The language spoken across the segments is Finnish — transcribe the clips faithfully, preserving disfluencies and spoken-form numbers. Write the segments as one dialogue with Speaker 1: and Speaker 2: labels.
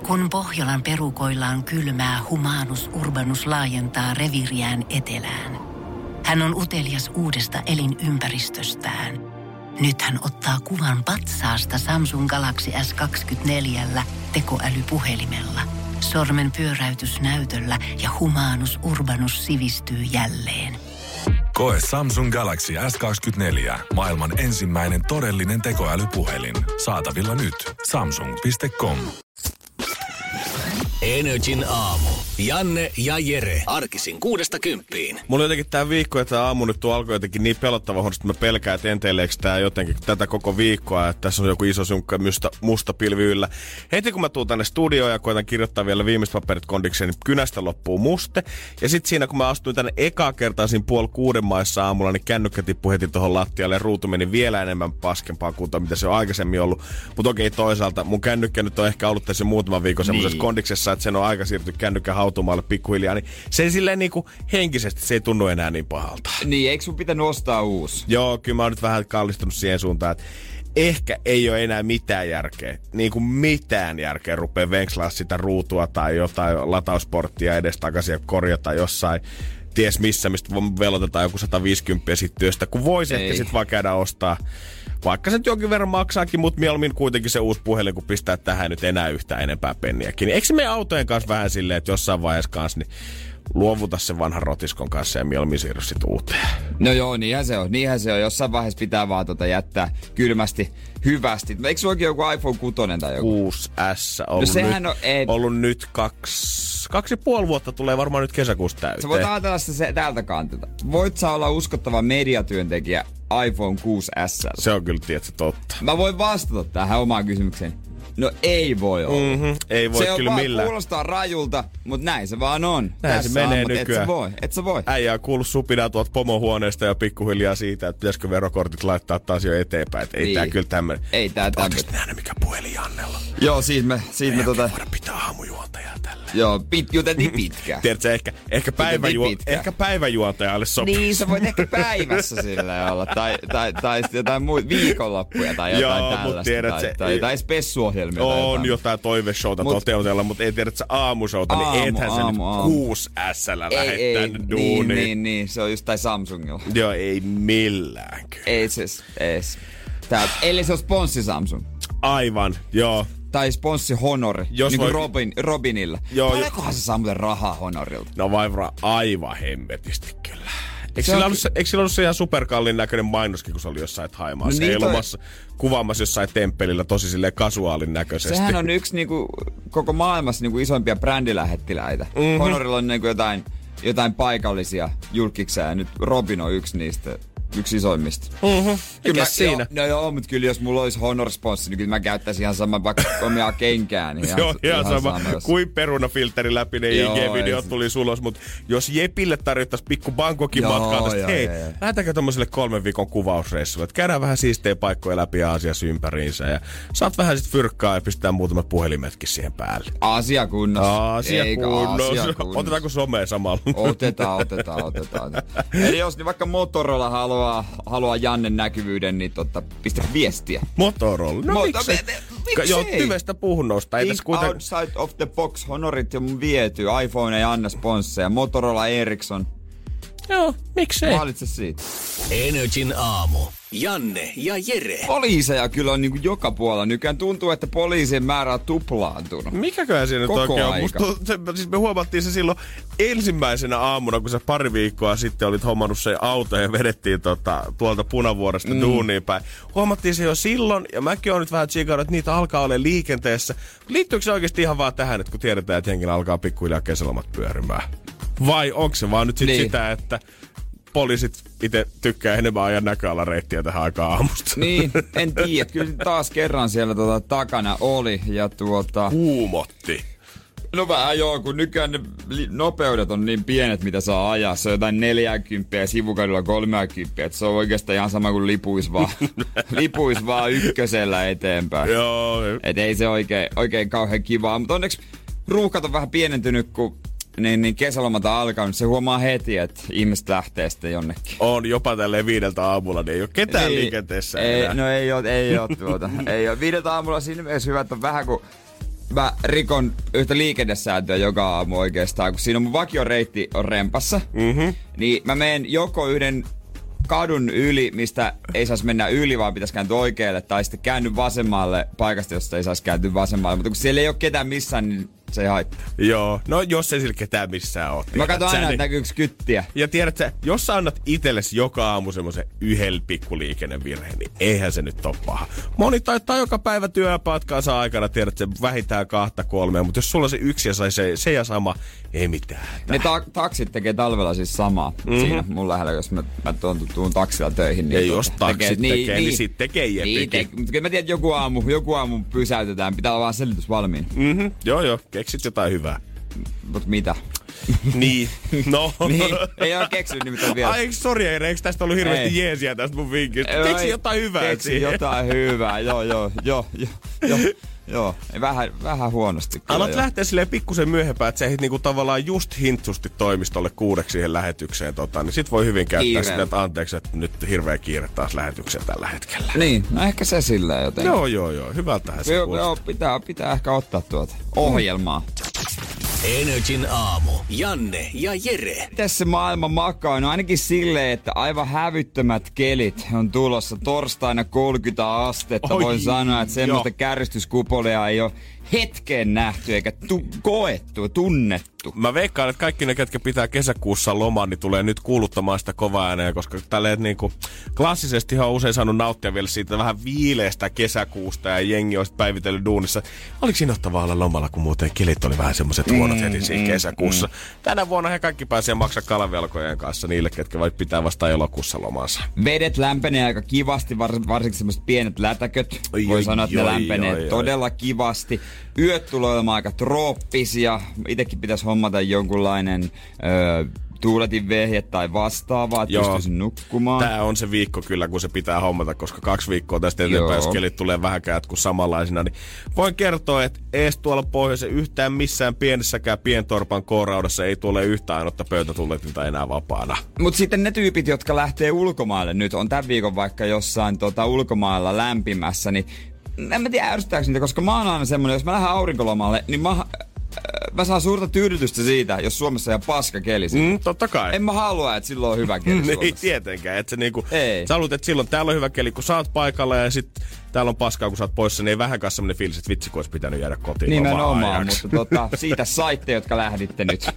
Speaker 1: Kun Pohjolan perukoillaan kylmää, Humanus Urbanus laajentaa reviiriään etelään. Hän on utelias uudesta elinympäristöstään. Nyt hän ottaa kuvan patsaasta Samsung Galaxy S kaksikymmentäneljä tekoälypuhelimella. Sormen pyöräytys näytöllä ja Humanus Urbanus sivistyy jälleen.
Speaker 2: Koe Samsung Galaxy S kaksikymmentäneljä. Maailman ensimmäinen todellinen tekoälypuhelin. Saatavilla nyt. samsung piste com.
Speaker 3: Energin aamu. Janne ja Jere. Arkisin kuudesta kymppiin.
Speaker 4: Mulla jotenkin tää viikko ja tää aamu nyt tuo alkoi jotenkin niin pelottava huonosti, että mä pelkään, että enteileekö tää jotenkin tätä koko viikkoa, että tässä on joku iso synkkä musta, musta pilvi yllä. Heti kun mä tuun tänne studioon ja koitan kirjoittaa vielä viimeiset paperit kondikseen, niin kynästä loppuu muste. Ja sit siinä kun mä astuin tänne ekaa kertaa siinä puoli kuuden maissa aamulla, niin kännykkä tippui heti tohon lattialle ja ruutu meni vielä enemmän paskempaa kuntoon, mitä se on aikaisemmin ollut. Mutta okei, toisaalta mun kännykkä nyt on ehkä ollut tässä muutaman viikon semmoisessa niin kondiksessa, että sen on aika siirtynyt kännykkä hautumaalle pikkuhiljaa, niin se silleen niinku henkisesti se ei tunnu enää niin pahalta.
Speaker 5: Niin, eikö sun pitänyt ostaa uusi?
Speaker 4: Joo, kyllä mä oon nyt vähän kallistunut siihen suuntaan, että ehkä ei ole enää mitään järkeä. Niin kuin mitään järkeä rupee venkslaa sitä ruutua tai jotain latausporttia edestakaisin ja korjata jossain ties missä, mistä velotetaan joku sata viisikymmentä sit työstä, kun voisi ehkä sit vaan käydä ostaa. Vaikka se jonkin verran maksaakin, mutta mieluummin kuitenkin se uusi puhelin, kun pistää tähän nyt enää yhtään enempää penniäkin. Niin eikö se meidän autojen kanssa vähän silleen, että jossain vaiheessa kanssa niin luovuta sen vanhan rotiskon kanssa ja mieluummin siirry sit uuteen?
Speaker 5: No joo, niinhän se on. Niinhän se on. Jossain vaiheessa pitää vaan tota jättää kylmästi, hyvästi. Eikö sulla joku iPhone kuusi tai joku?
Speaker 4: kuusi S ollut,
Speaker 5: no,
Speaker 4: nyt,
Speaker 5: on, ei...
Speaker 4: ollut nyt kaksi, kaksi ja puoli vuotta, tulee varmaan nyt kesäkuussa täyteen.
Speaker 5: Sä voit ajatella se tältä kantilta. Voit sä olla uskottava mediatyöntekijä iPhone kuusi S?
Speaker 4: Se on kyllä tietysti totta.
Speaker 5: Mä voin vastata tähän omaan kysymykseen. No ei voi olla.
Speaker 4: Mm-hmm, ei voi
Speaker 5: se
Speaker 4: kyllä
Speaker 5: vaan,
Speaker 4: millään.
Speaker 5: Kuulostaa rajulta, mutta näin se vaan on.
Speaker 4: Näin
Speaker 5: Tässä
Speaker 4: se menee
Speaker 5: on,
Speaker 4: nykyään.
Speaker 5: Et sä voi, et sä voi.
Speaker 4: Äijä on kuullut supinaa tuolta pomohuoneesta ja pikkuhiljaa siitä, että pitäisikö verokortit laittaa taas jo eteenpäin. Et ei niin. Tää kyllä tämmönen.
Speaker 5: Ei tää tämmönen.
Speaker 4: Ootteko nähnyt mikä puhelin Jannella?
Speaker 5: Joo, siitä me, siitä me tota...
Speaker 4: voida pitää aamujuontajaa tällä.
Speaker 5: Joo, pit, juteltiin pitkään.
Speaker 4: Tiedätkö, ehkä, ehkä, päiväjuo, ehkä päiväjuontajalle sopii.
Speaker 5: Niin, sä voit ehkä päivässä silleen olla. Tai, tai, tai jotain muita viikonloppuja tai jotain
Speaker 4: joo,
Speaker 5: tällaista.
Speaker 4: Tiedät,
Speaker 5: tai,
Speaker 4: se,
Speaker 5: tai jotain spessuohjelmia.
Speaker 4: On jotain toiveshowta mut, toteutella, mutta ei tiedä, että sä aamushowta, aamu, niin ethän sä nyt kuusi S-llä lähettää duuniin.
Speaker 5: Niin, niin, niin, se on just tai Samsungilla.
Speaker 4: Joo, ei millään kyllä.
Speaker 5: Ei se ees. Tää, eli se on sponssi Samsung.
Speaker 4: Aivan, joo.
Speaker 5: Tai sponssi Honor, jos niin kuin voi... Robin, Robinilla. Paljonkohan se saa muuten rahaa Honorilta?
Speaker 4: No vaivra aivan hemmetisti kyllä. Eikö sillä, ollut se, eikö sillä ollut se ihan superkallin näköinen mainoskin, kun se oli jossain Haimaassa? No niin heilumassa, toi... kuvaamassa jossain temppelillä tosi silleen kasuaalin näköisesti.
Speaker 5: Sehän on yksi niinku, koko maailmassa niinku isoimpia brändilähettiläitä. Mm-hmm. Honorilla on niinku jotain, jotain paikallisia julkkiksia ja nyt Robin on yksi niistä. Yksi isoimmista.
Speaker 4: Mm-hmm. Mikä
Speaker 5: mä,
Speaker 4: siinä?
Speaker 5: Jo, no joo, mutta kyllä jos mulla olisi Honor-sponssi, niin kyllä mä käyttäisin ihan sama vaikka omia kenkää. Niin
Speaker 4: ihan, ihan, ihan sama. sama kuin perunafilteri läpi ne I G-videot tuli sulos, mutta jos Jepille tarjottaisiin pikku Bangkokin matkaa tästä, joo, hei, joo, joo. lähdetäänkö tommoselle kolmen viikon kuvausreissulle, että käydään vähän siistejä paikkoja läpi Aasiassa ympäriinsä ja saat vähän sit fyrkkaa ja pistää muutamat puhelimetkin siihen päälle.
Speaker 5: Asia kunnossa.
Speaker 4: Asia kunnossa. Otetaanko somea samalla?
Speaker 5: Otetaan, otetaan, otetaan. Eli jos niin vaikka Motorola haluaa haluaa Jannen näkyvyyden, niin totta, pistä viestiä.
Speaker 4: Motorola? No
Speaker 5: Mot-
Speaker 4: miksei?
Speaker 5: miksei?
Speaker 4: Joo, tyvestä puhunnosta.
Speaker 5: Think kuiten... outside of the box. Honorit jo mun viety. iPhone ei anna sponsseja. Motorola, Ericsson.
Speaker 4: Joo, miksei?
Speaker 5: Valitse siitä.
Speaker 3: Energin aamu. Janne ja Jere.
Speaker 5: Poliiseja kyllä on niinku joka puolella. Nykyään tuntuu, että poliisien määrä on tuplaantunut.
Speaker 4: Mikäköhän siinä nyt oikein on? Musta, se, siis me huomattiin se silloin ensimmäisenä aamuna, kun sä pari viikkoa sitten olit hommannut se auto ja vedettiin tota, tuolta Punavuoresta mm. duuniin päin. Huomattiin se jo silloin, ja mäkin oon nyt vähän tsiikannut, että niitä alkaa olla liikenteessä. Liittyykö se oikeasti ihan vaan tähän, että kun tiedetään, että henkilö alkaa pikkuhiljaa kesälomat pyörimään? Vai onko se vaan nyt sit niin. sitä, että poliisit itse tykkää enemmän ajan näköalareittiä tähän aikaan aamusta?
Speaker 5: Niin, en tiedä. Kyllä taas kerran siellä tuota takana oli ja tuota...
Speaker 4: Kuumotti.
Speaker 5: No vähän joo, kun nykyään ne nopeudet on niin pienet, mitä saa ajaa. Se on jotain neljäkymmentä ja sivukadulla kolmekymmentä. Että se on oikeastaan ihan sama kuin lipuis vaan, lipuis vaan ykkösellä eteenpäin.
Speaker 4: Joo.
Speaker 5: Et ei se oikein, oikein kauhean kivaa. Mutta onneksi ruuhkat on vähän pienentynyt, kun niin, niin kesälomat on alkanut. Se huomaa heti, että ihmiset lähtee sitten jonnekin.
Speaker 4: On jopa tälleen viideltä aamulla, niin ei ole ketään ei, liikenteessä
Speaker 5: ei,
Speaker 4: enää.
Speaker 5: No ei ole, ei ole tuota. ei ole. Viideltä aamulla siinä mielessä hyvä, että on vähän kuin mä rikon yhtä liikennesääntöä joka aamu oikeastaan, kun siinä on mun vakioreitti on rempassa, mm-hmm. niin mä menen joko yhden kadun yli, mistä ei saisi mennä yli, vaan pitäisi kääntyä oikealle, tai sitten käänny vasemmalle paikasta, josta ei saisi kääntyä vasemmalle. Mutta kun siellä ei ole ketään missään, niin se ei haittaa.
Speaker 4: Joo, no jos ei sillä ketään missään ole.
Speaker 5: Mä katson aina,
Speaker 4: niin...
Speaker 5: että näkyykö kyttiä.
Speaker 4: Ja tiedät sä, jos sä annat itsellesi joka aamu semmoisen yhden pikkuliikennevirheen, niin eihän se nyt ole paha. Moni taitaa joka päivä työpatkaansa aikana, tiedät sä, vähintään kahta kolmea, mutta jos sulla on se yksi ja sai se, se ja sama, ei mitään.
Speaker 5: Ne ta- taksit tekee talvella siis samaa mm-hmm. siinä mun lähellä, jos mä, mä tuon, tuun taksilla töihin. Niin
Speaker 4: ja jos taksit tekee, tekee niin, niin sit tekee jepikin. Niin, te-
Speaker 5: mutta kyllä mä tiedän, että joku aamu, joku aamu pysäytetään, pitää olla vaan selitys valmiin.
Speaker 4: Mm-hmm. Joo joo, keksit jotain hyvää.
Speaker 5: Mut mitä?
Speaker 4: Niin, no.
Speaker 5: niin, ei ole keksinyt nimittäin vielä.
Speaker 4: Ai, sori Eire, eikö tästä ollut hirveästi ei. jeesiä tästä mun vinkistä? Keksi jotain hyvää
Speaker 5: Keksi
Speaker 4: siihen.
Speaker 5: jotain hyvää, joo, joo, joo, joo, joo. Joo, vähän, vähän huonosti.
Speaker 4: Alat
Speaker 5: jo.
Speaker 4: lähteä silleen pikkusen myöhempään, että sä ehdit niinku tavallaan just hintsusti toimistolle kuudeksi siihen lähetykseen. Tota, niin sit voi hyvin käyttää
Speaker 5: Kiire.
Speaker 4: sitä, että anteeksi, että nyt hirveä kiire taas lähetykseen tällä hetkellä.
Speaker 5: Niin, no ehkä se silleen jotenkin.
Speaker 4: Joo, joo, joo. Hyvältähän se
Speaker 5: joo, joo, pitää, pitää ehkä ottaa tuota ohjelmaa.
Speaker 3: Energin aamu. Janne ja Jere.
Speaker 5: Tässä maailma makaa, no ainakin silleen, että aivan hävyttömät kelit on tulossa torstaina kolmekymmentä astetta.
Speaker 4: Oi,
Speaker 5: Voin sanoa, että semmoista
Speaker 4: jo.
Speaker 5: kärjistyskupolia ei ole hetkeen nähty eikä tu- koettu, tunnettu.
Speaker 4: Mä veikkaan, että kaikki ne, ketkä pitää kesäkuussa loman, niin tulee nyt kuuluttamaan sitä kovaa ääneen, koska tälleen niinku klassisesti on usein saanut nauttia vielä siitä vähän viileästä kesäkuusta ja jengi on päivitellyt duunissa. Oliko innoittavaa olla lomalla, kun muuten kelit oli vähän semmoiset huonot heti siinä mm, kesäkuussa. Mm. Tänä vuonna he kaikki pääsee maksaa kalavelkojen kanssa niille, ketkä vai pitää vasta elokuussa lomansa.
Speaker 5: Vedet lämpenee aika kivasti, var- varsinkin semmoiset pienet lätäköt.
Speaker 4: Oi,
Speaker 5: Voi sanoa, että
Speaker 4: oi,
Speaker 5: ne lämpenee
Speaker 4: oi, oi.
Speaker 5: todella kivasti. Yöt tulee olemaan aika trooppisia. Itekin pitäisi hommata jonkunlainen öö, tuuletin vehje tai vastaavaa, että pystyisin nukkumaan.
Speaker 4: Tää on se viikko kyllä, kun se pitää hommata, koska kaksi viikkoa tästä eteenpäin, jos kelit tulee vähänkään kuin samanlaisina, niin voin kertoa, että ees tuolla pohjoisen yhtään missään pienessäkään pientorpan kooraudassa ei tule yhtään ainutta pöytätuuletinta enää vapaana.
Speaker 5: Mut sitten ne tyypit, jotka lähtee ulkomaille nyt, on tämän viikon vaikka jossain tota, ulkomailla lämpimässä, niin en mä tiedä ärsyttääkö niitä, koska mä oon aina semmonen, jos mä lähden aurinkolomalle, niin mä, äh, mä saan suurta tyydytystä siitä, jos Suomessa on ihan paska keli.
Speaker 4: Mm, totta kai.
Speaker 5: En mä halua, että silloin on hyvä keli Suomessa.
Speaker 4: Ei tietenkään, että se niinku,
Speaker 5: ei.
Speaker 4: Sä haluat, että silloin täällä on hyvä keli, kun sä oot paikalla ja sit täällä on paskaa, kun sä oot poissa, niin ei vähänkään semmonen fiilis, että vitsi, kun olisi pitänyt jäädä kotiin.
Speaker 5: Nimenomaan, mutta tota, siitä saitte, jotka lähditte nyt.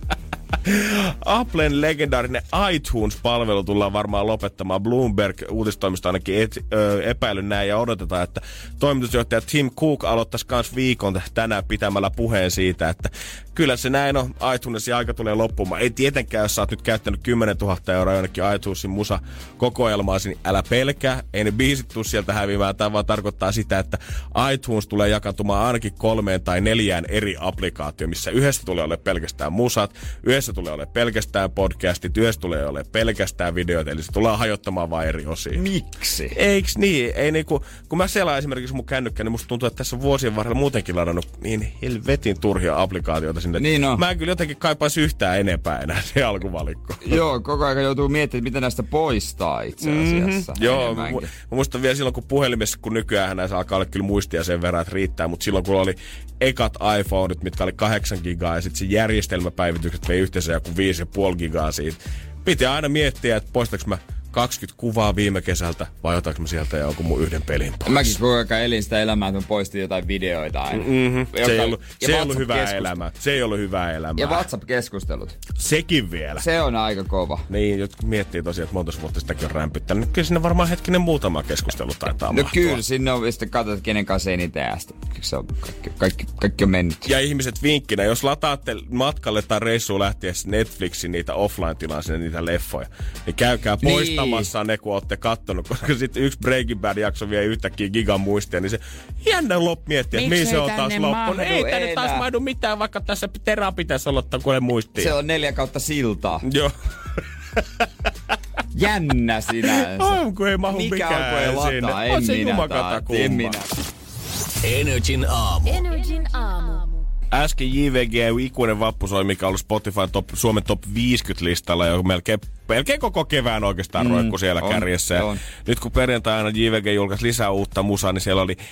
Speaker 4: Applen legendaarinen iTunes-palvelu tullaan varmaan lopettamaan. Bloomberg uutistoimisto ainakin et, ö, epäily näin ja odotetaan, että toimitusjohtaja Tim Cook aloittaisi kans viikon tänään pitämällä puheen siitä, että kyllä se näin on. iTunesin aika tulee loppumaan. Ei tietenkään, jos sä oot nyt käyttänyt kymmenen tuhatta euroa jonnekin iTunesin musa-kokoelmaasi, niin älä pelkää. Ei ne biisit tuu sieltä häviämään. Tämä vaan tarkoittaa sitä, että iTunes tulee jakautumaan ainakin kolmeen tai neljään eri applikaatioon, missä yhdessä tulee olemaan pelkästään musat, yhdessä tulee olemaan pelkästään podcastit, yhdessä tulee olemaan pelkästään videot, eli se tulee hajottamaan vain eri osiin.
Speaker 5: Miksi?
Speaker 4: Eiks niin? Ei niinku, kun mä selaan esimerkiksi mun kännykkä, niin musta tuntuu, että tässä on vuosien varrella muutenkin ladannut niin helvetin turhia applikaatioita sinne.
Speaker 5: Niin on.
Speaker 4: Mä en kyllä jotenkin kaipaisi yhtään enempää enää se alkuvalikko.
Speaker 5: Joo, koko ajan joutuu miettimään, mitä näistä poistaa itse asiassa.
Speaker 4: Mm-hmm. Joo, mä, mä muistan vielä silloin, kun puhelimessa, kun nykyään näissä alkaa olla kyllä muistia sen verran, että riittää, mutta silloin kun oli ekat iPhoneit, mitkä oli kahdeksan gigaa ja sitten se järjestelmäpäivitykset vei yhteensä joku viisi pilkku viisi gigaa siitä. Piti aina miettiä, että poistaks mä kaksikymmentä kuvaa viime kesältä vai otanko mä sieltä jonkun mun yhden pelin pois.
Speaker 5: Mäkin koko ajan elin sitä elämää, että mä poistin jotain videoita aina.
Speaker 4: Mm-hmm. Se ei ollut, se ei ollut hyvää elämää. Se ei ollut hyvää elämää.
Speaker 5: Ja WhatsApp-keskustelut.
Speaker 4: Sekin vielä.
Speaker 5: Se on aika kova.
Speaker 4: Niin, jotkut miettii tosiaan, että monta vuotta sitäkin on rämpyttänyt. Kyllä sinne varmaan hetkinen muutama keskustelu taitaa
Speaker 5: No
Speaker 4: mahtua.
Speaker 5: kyllä, sinne on sitten katsot, että kenen kanssa eniten äästä. Se on kaikki, kaikki, kaikki on mennyt.
Speaker 4: Ja ihmiset vinkkinä, jos lataatte matkalle tai reissuun lähtiessä Netflixin niitä offline-tilaan sinne niitä leffoja, niin käykää
Speaker 5: Niin.
Speaker 4: poistamassa ne, kun ootte kattonut, koska sitten yksi Breaking Bad-jakso vie yhtäkkiä gigan muistia, niin se jännä loppu miettiä, että mihin se on taas loppu. Ei tänne
Speaker 5: enää.
Speaker 4: taas mahdu mitään, vaikka tässä terää pitäisi olla, kun ne muistii.
Speaker 5: Se on neljä kautta siltaa.
Speaker 4: Joo.
Speaker 5: Jännä sinänsä.
Speaker 4: On, kun ei mahu
Speaker 5: Mikä
Speaker 4: mikään
Speaker 5: on, kun ei lataa?
Speaker 4: sinne.
Speaker 5: En
Speaker 4: On se
Speaker 5: minä
Speaker 4: jumakata
Speaker 5: taa.
Speaker 4: kumma.
Speaker 5: En minä.
Speaker 3: Energin aamu.
Speaker 6: Energin aamu.
Speaker 4: Äsken J V G ikuinen vappu soi, mikä on ollut Spotify top, Suomen top viisikymmentä-listalla jo melkein, melkein koko kevään oikeastaan mm, roikku siellä
Speaker 5: on,
Speaker 4: kärjessä.
Speaker 5: On.
Speaker 4: Nyt kun perjantaina J V G julkaisi lisää uutta musaa, niin siellä oli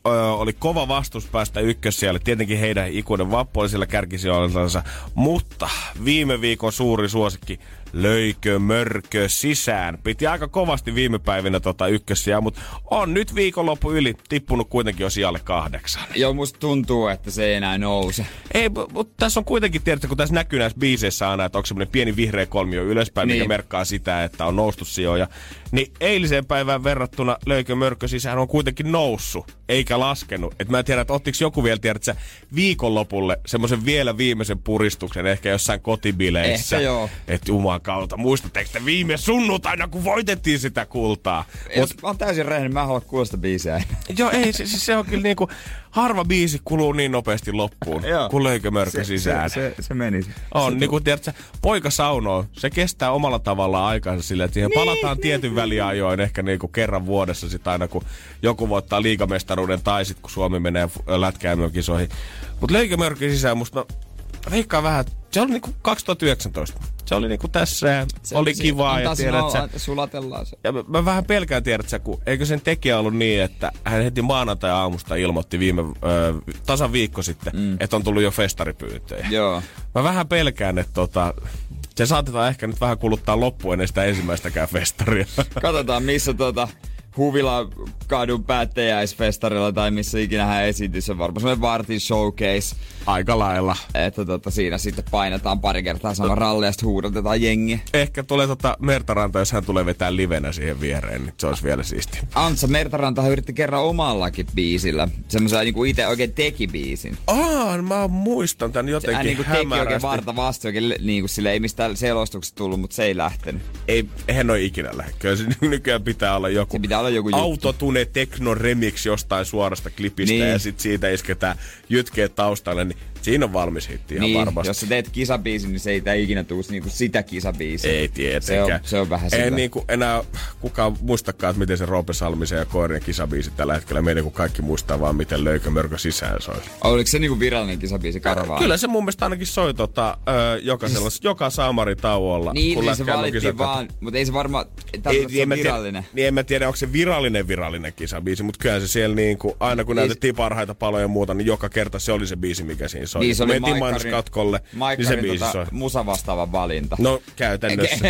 Speaker 4: ö, oli kova vastus päästä ykkössijalle. Tietenkin heidän ikuinen vappu oli siellä kärkisijoillansa, mutta viime viikon suuri suosikki löikö mörkö sisään. Piti aika kovasti viime päivinä tota ykkössijaa, mutta on nyt viikonloppu yli tippunut kuitenkin jo sijalle kahdeksan.
Speaker 5: Joo, musta tuntuu, että se ei enää nouse.
Speaker 4: Ei, mutta tässä on kuitenkin, tiedätkö, kun tässä näkyy näissä biiseissä aina, että onko semmoinen pieni vihreä kolmio ylöspäin, niin. mikä merkkaa sitä, että on noustu sijoja. Niin eiliseen päivään verrattuna löikö mörkö sisään on kuitenkin noussut, eikä laskenut. Et mä en tiedä, että ottiko joku vielä, tiedätkö, viikonlopulle semmoisen vielä viimeisen puristuksen, ehkä jossain kotibileissä.
Speaker 5: Ehkä joo.
Speaker 4: Että juman kautta, muistatteko te viime sunnuntaina, kun voitettiin sitä kultaa?
Speaker 5: Jos Mut, mä oon täysin rehellinen, mä en halua kuulla sitä biisiä.
Speaker 4: Joo, ei, se, se on kyllä niinku, harva biisi kuluu niin nopeasti loppuun, kun löikö mörkö sisään.
Speaker 5: Se, se, se meni.
Speaker 4: On,
Speaker 5: se
Speaker 4: niin kuin tiedätkö, poika saunoo, se kestää omalla tavallaan aikansa silleen, että siihen niin, palataan niin, tietyn niin. väliajoin, ehkä niinku kerran vuodessa sit aina, kun joku voittaa liigamestaruuden tai sit kun Suomi menee lätkäämökisoihin. Mut löikö mörkö sisään, musta mä veikkaan vähän, se oli niinku kaksituhattayhdeksäntoista. Se oli niinku tässä, se oli se, kivaa ja tiedätkö.
Speaker 5: Sulatellaan se.
Speaker 4: Ja mä, mä vähän pelkään, tiedätkö, kun eikö sen tekijä ollut niin, että hän heti maanantai-aamusta ilmoitti viime, ö, tasan viikko sitten, mm. että on tullut jo festaripyyntöjä. Joo. Mä vähän pelkään, että tota, se saatetaan ehkä nyt vähän kuluttaa loppuun ennen sitä ensimmäistäkään festaria.
Speaker 5: Katsotaan, missä tota Huvila kadun päättäjäisfestarilla tai missä ikinä hän esitys on varmaan semmoinen vartin showcase.
Speaker 4: Aika lailla.
Speaker 5: Että tota, siinä sitten painetaan pari kertaa sama ralli ja sitten huudatetaan jengiä.
Speaker 4: Ehkä tulee tota Mertaranta, jos hän tulee vetää livenä siihen viereen, niin se olisi vielä siistiä.
Speaker 5: Antsa Mertarantahan yritti kerran omallakin biisillä. Semmoisen niinku itse oikein teki biisin.
Speaker 4: Aa, mä muistan tän jotenkin hän niinku
Speaker 5: teki oikein varta vasta oikein niinku sille, ei mistään selostuksesta tullut, mutta se ei lähtenyt.
Speaker 4: Ei, eihän ole ikinä lähde. Kyllä se nykyään pitää olla joku,
Speaker 5: se pitää olla joku
Speaker 4: autotune techno remix jostain suorasta klipistä niin. Ja sit siitä isketään jytkeet taustalle, niin siinä on valmis hitti ihan niin, varmasti.
Speaker 5: Jos sä teet kisabiisin, niin se ei ikinä tuu niinku sitä kisabiisiä.
Speaker 4: Ei tietenkään.
Speaker 5: Se on, se on vähän sillä.
Speaker 4: Ei niinku enää kukaan muistakaan, että miten se Roope Salmisen ja Koirien kisabiisi tällä hetkellä menee, kun kaikki muistaa vaan, miten löikö mörkö sisään soi.
Speaker 5: Oliko se niinku virallinen kisabiisi Karvaan?
Speaker 4: Kyllä se mun mielestä ainakin soi tota, ö, jokaisella, joka Saamari tauolla.
Speaker 5: Niin, niin se valittiin vaan, mutta ei se varmaan
Speaker 4: ei,
Speaker 5: virallinen.
Speaker 4: Tiedä, niin en mä tiedä, onko se virallinen virallinen kisabiisi, mutta kyllä se siellä niinku, aina kun niin, näytettiin parhaita paloja ja muuta, niin joka kerta se oli se biisi, mikä siinä soi.
Speaker 5: Niin, se oli
Speaker 4: mentiin mainoskatkolle, niin se biisi tota, soi.
Speaker 5: Musa vastaava valinta.
Speaker 4: No, käytännössä.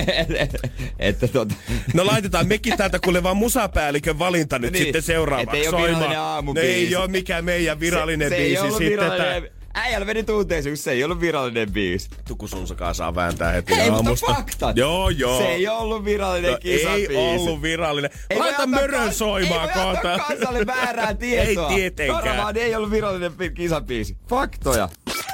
Speaker 5: että tota...
Speaker 4: No laitetaan mekin täältä kuule vaan musapäällikön valinta nyt niin, sitten seuraavaksi soimaan. No ei oo mikään meidän virallinen se, se biisi sitten. Virallinen...
Speaker 5: Äijällä meni tunteisuus, se ei ollut virallinen biisi.
Speaker 4: Tukusunsakaan saa vääntää heti
Speaker 5: ei,
Speaker 4: aamusta.
Speaker 5: Ei, mutta faktat.
Speaker 4: Joo, joo.
Speaker 5: Se ei ollut virallinen no, kisabiisi.
Speaker 4: Ei ollut virallinen. Ei Laita mörön soimaan kohta.
Speaker 5: Ei voi kansalle väärää tietoa.
Speaker 4: Ei tietenkään.
Speaker 5: Karvaan ei ollut virallinen kisabiisi. Faktoja.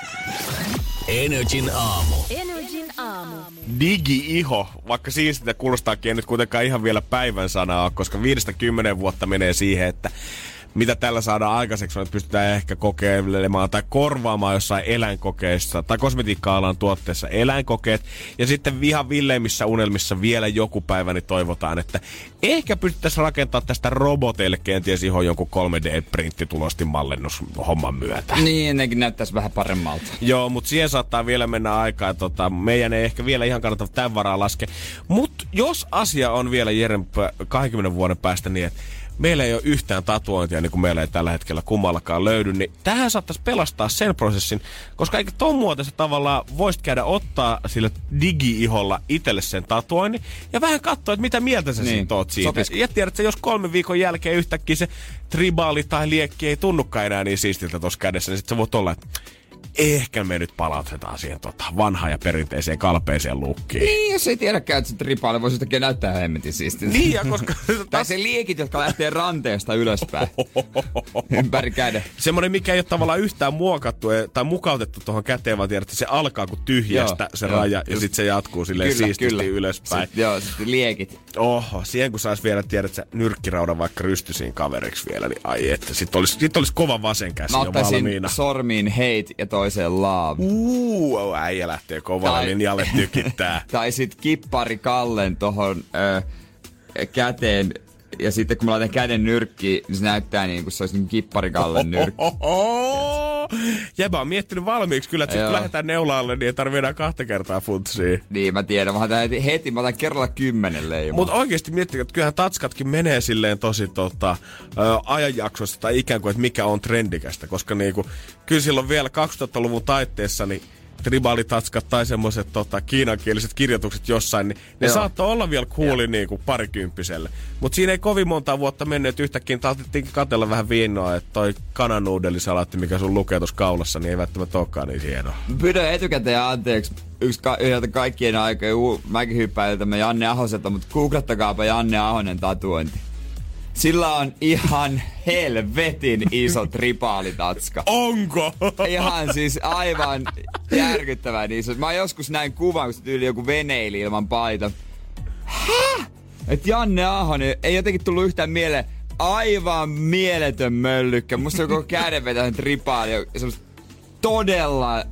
Speaker 3: Energin aamu.
Speaker 6: Energin aamu.
Speaker 4: Digi-iho, vaikka siistintä kuulostaakin, ei nyt kuitenkaan ihan vielä päivän sanaa, koska viidestä kymmenen vuotta menee siihen, että mitä tällä saadaan aikaiseksi, että pystytään ehkä kokeilemaan tai korvaamaan jossain eläinkokeissa tai kosmetiikka-alan tuotteessa eläinkokeet. Ja sitten ihan villeimmissä unelmissa vielä joku päivä niin toivotaan, että ehkä pystyttäisiin rakentamaan tästä roboteille kenties ihan jonkun kolme D-printtitulostin mallennus homman myötä.
Speaker 5: Niin, ennenkin näyttäisi vähän paremmalta.
Speaker 4: Joo, mutta siihen saattaa vielä mennä aikaa. Tota, meidän ei ehkä vielä ihan kannata tämän varaa laskea. Mutta jos asia on vielä Jeren kaksikymmentä vuoden päästä niin, että meillä ei ole yhtään tatuointia, niin kuin meillä ei tällä hetkellä kummallakaan löydy, niin tähän saattaisi pelastaa sen prosessin, koska eikä ton muotoista tavallaan voisit käydä ottaa sillä digi-iholla itselle sen tatuoinnin ja vähän katsoa, että mitä mieltä sä niin siitä oot siitä. Sopisiko? Ja tiedät, että jos kolmen viikon jälkeen yhtäkkiä se tribaali tai liekki ei tunnukaan enää niin siistiltä tuossa kädessä, niin sit sä voit olla, että ehkä me nyt palautetaan siihen tota vanhaan ja perinteiseen kalpeeseen lukkiin.
Speaker 5: Niin, jos ei tiedäkään, että se tripaali voisi jotenkin näyttää hemmetin siistiltä.
Speaker 4: Niin, ja koska...
Speaker 5: tai se liekit, jotka lähtee ranteesta ylöspäin. Ympäri käden.
Speaker 4: Semmoinen, mikä ei ole tavallaan yhtään muokattu tai mukautettu tuohon käteen, vaan tiedät, että se alkaa kuin tyhjästä joo, se joo, raja, ja sitten se jatkuu silleen kyllä, siististi kyllä. ylöspäin.
Speaker 5: Sitten, joo, sitten liekit.
Speaker 4: Oho, siihen kun sais vielä, tiedät, että nyrkkiraudan vaikka rystysiin kaveriksi vielä, niin ai että, sit olisi, sit olisi kova vasen käsi jo valmiina.
Speaker 5: Mä sormiin hate ja toiseen love.
Speaker 4: Uuu, äijä lähtee kovalla tai, linjalle tykittää.
Speaker 5: Tai sit kippari Kallen tohon ö, käteen Ja sitten kun mä laitan käden nyrkkiin, niin se näyttää niin kuin se olisi niin kipparikallen nyrkki.
Speaker 4: Jäbä on miettinyt valmiiksi kyllä, että sit kun lähdetään neulaalle, niin ei tarvitse enää kahta kertaa funtsia.
Speaker 5: Niin, mä tiedän. Mä otan heti, heti mä otan kerralla kymmenen leimaa.
Speaker 4: Mutta oikeesti miettikää, että kyllähän tatskatkin menee silleen tosi tota, ä, ajanjaksoista tai ikään kuin, että mikä on trendikästä. Koska niinku, kyllä silloin vielä kaksituhattaluvun taitteessa, niin tribaalitatskat tai semmoiset tota, kiinankieliset kirjoitukset jossain, niin ne Joo. saattoi olla vielä cooli niinku parikymppiselle. Mutta siinä ei kovin monta vuotta mennyt, että yhtäkkiä talettiin katsella vähän viinoa, että toi kananuudelisalaatti, mikä sun lukee tuossa kaulassa, niin ei välttämättä olekaan niin hienoa.
Speaker 5: Pyydän etukäteen anteeksi yksi ka- yhdeltä kaikkien aikojen uu- mäkin hyppäiltämme Janne Ahoselta, mutta googlаттakaapa Janne Ahonen tatuointi. Sillä on ihan helvetin iso tripaalitatska.
Speaker 4: Onko?
Speaker 5: Ihan siis aivan järkyttävän iso. Mä joskus näin kuvan, kun se tyyli joku veneili ilman paita. Häh? Et Janne Ahonen ei jotenkin tullut yhtään mieleen. Aivan mieletön möllykkä. Musta on koko kädenvetäinen tripaali. Ja semmoista todella...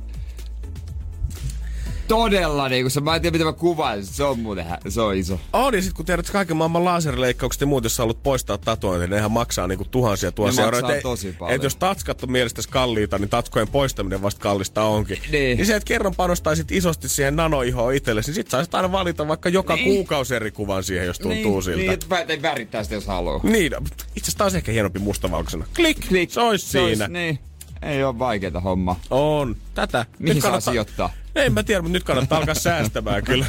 Speaker 5: Todella niinku se, mä en tiedä mitä mä kuvailisin, se on muuten, se on iso.
Speaker 4: On, ja sit kun tiedät kaiken maailman laserleikkaukset ja muut, jos sä haluat poistaa tatuointia, niin nehän maksaa niinku tuhansia tuhansia euroja.
Speaker 5: Ne maksaa tosi paljon.
Speaker 4: Et jos tatskat on mielestäsi kalliita, niin tatskojen poistaminen vasta kallista onkin.
Speaker 5: Niin.
Speaker 4: Niin se, että kerran panostaisit isosti siihen nanoihoon itsellesi, niin sit saisit aina valita vaikka joka niin. kuukausi eri kuvan siihen, jos tuntuu
Speaker 5: niin,
Speaker 4: siltä.
Speaker 5: Niin, että värittää sitä, jos haluaa.
Speaker 4: Niin, itse asiassa taas ehkä hienompi mustavalkoisena. Klik, Klik. Se ois siinä.
Speaker 5: Ois, niin. Ei oo vaikeeta homma.
Speaker 4: On. Tätä.
Speaker 5: Mihin saa sijoittaa?
Speaker 4: Ei mä tiedä, mutta nyt kannattaa alkaa säästämään kyllä.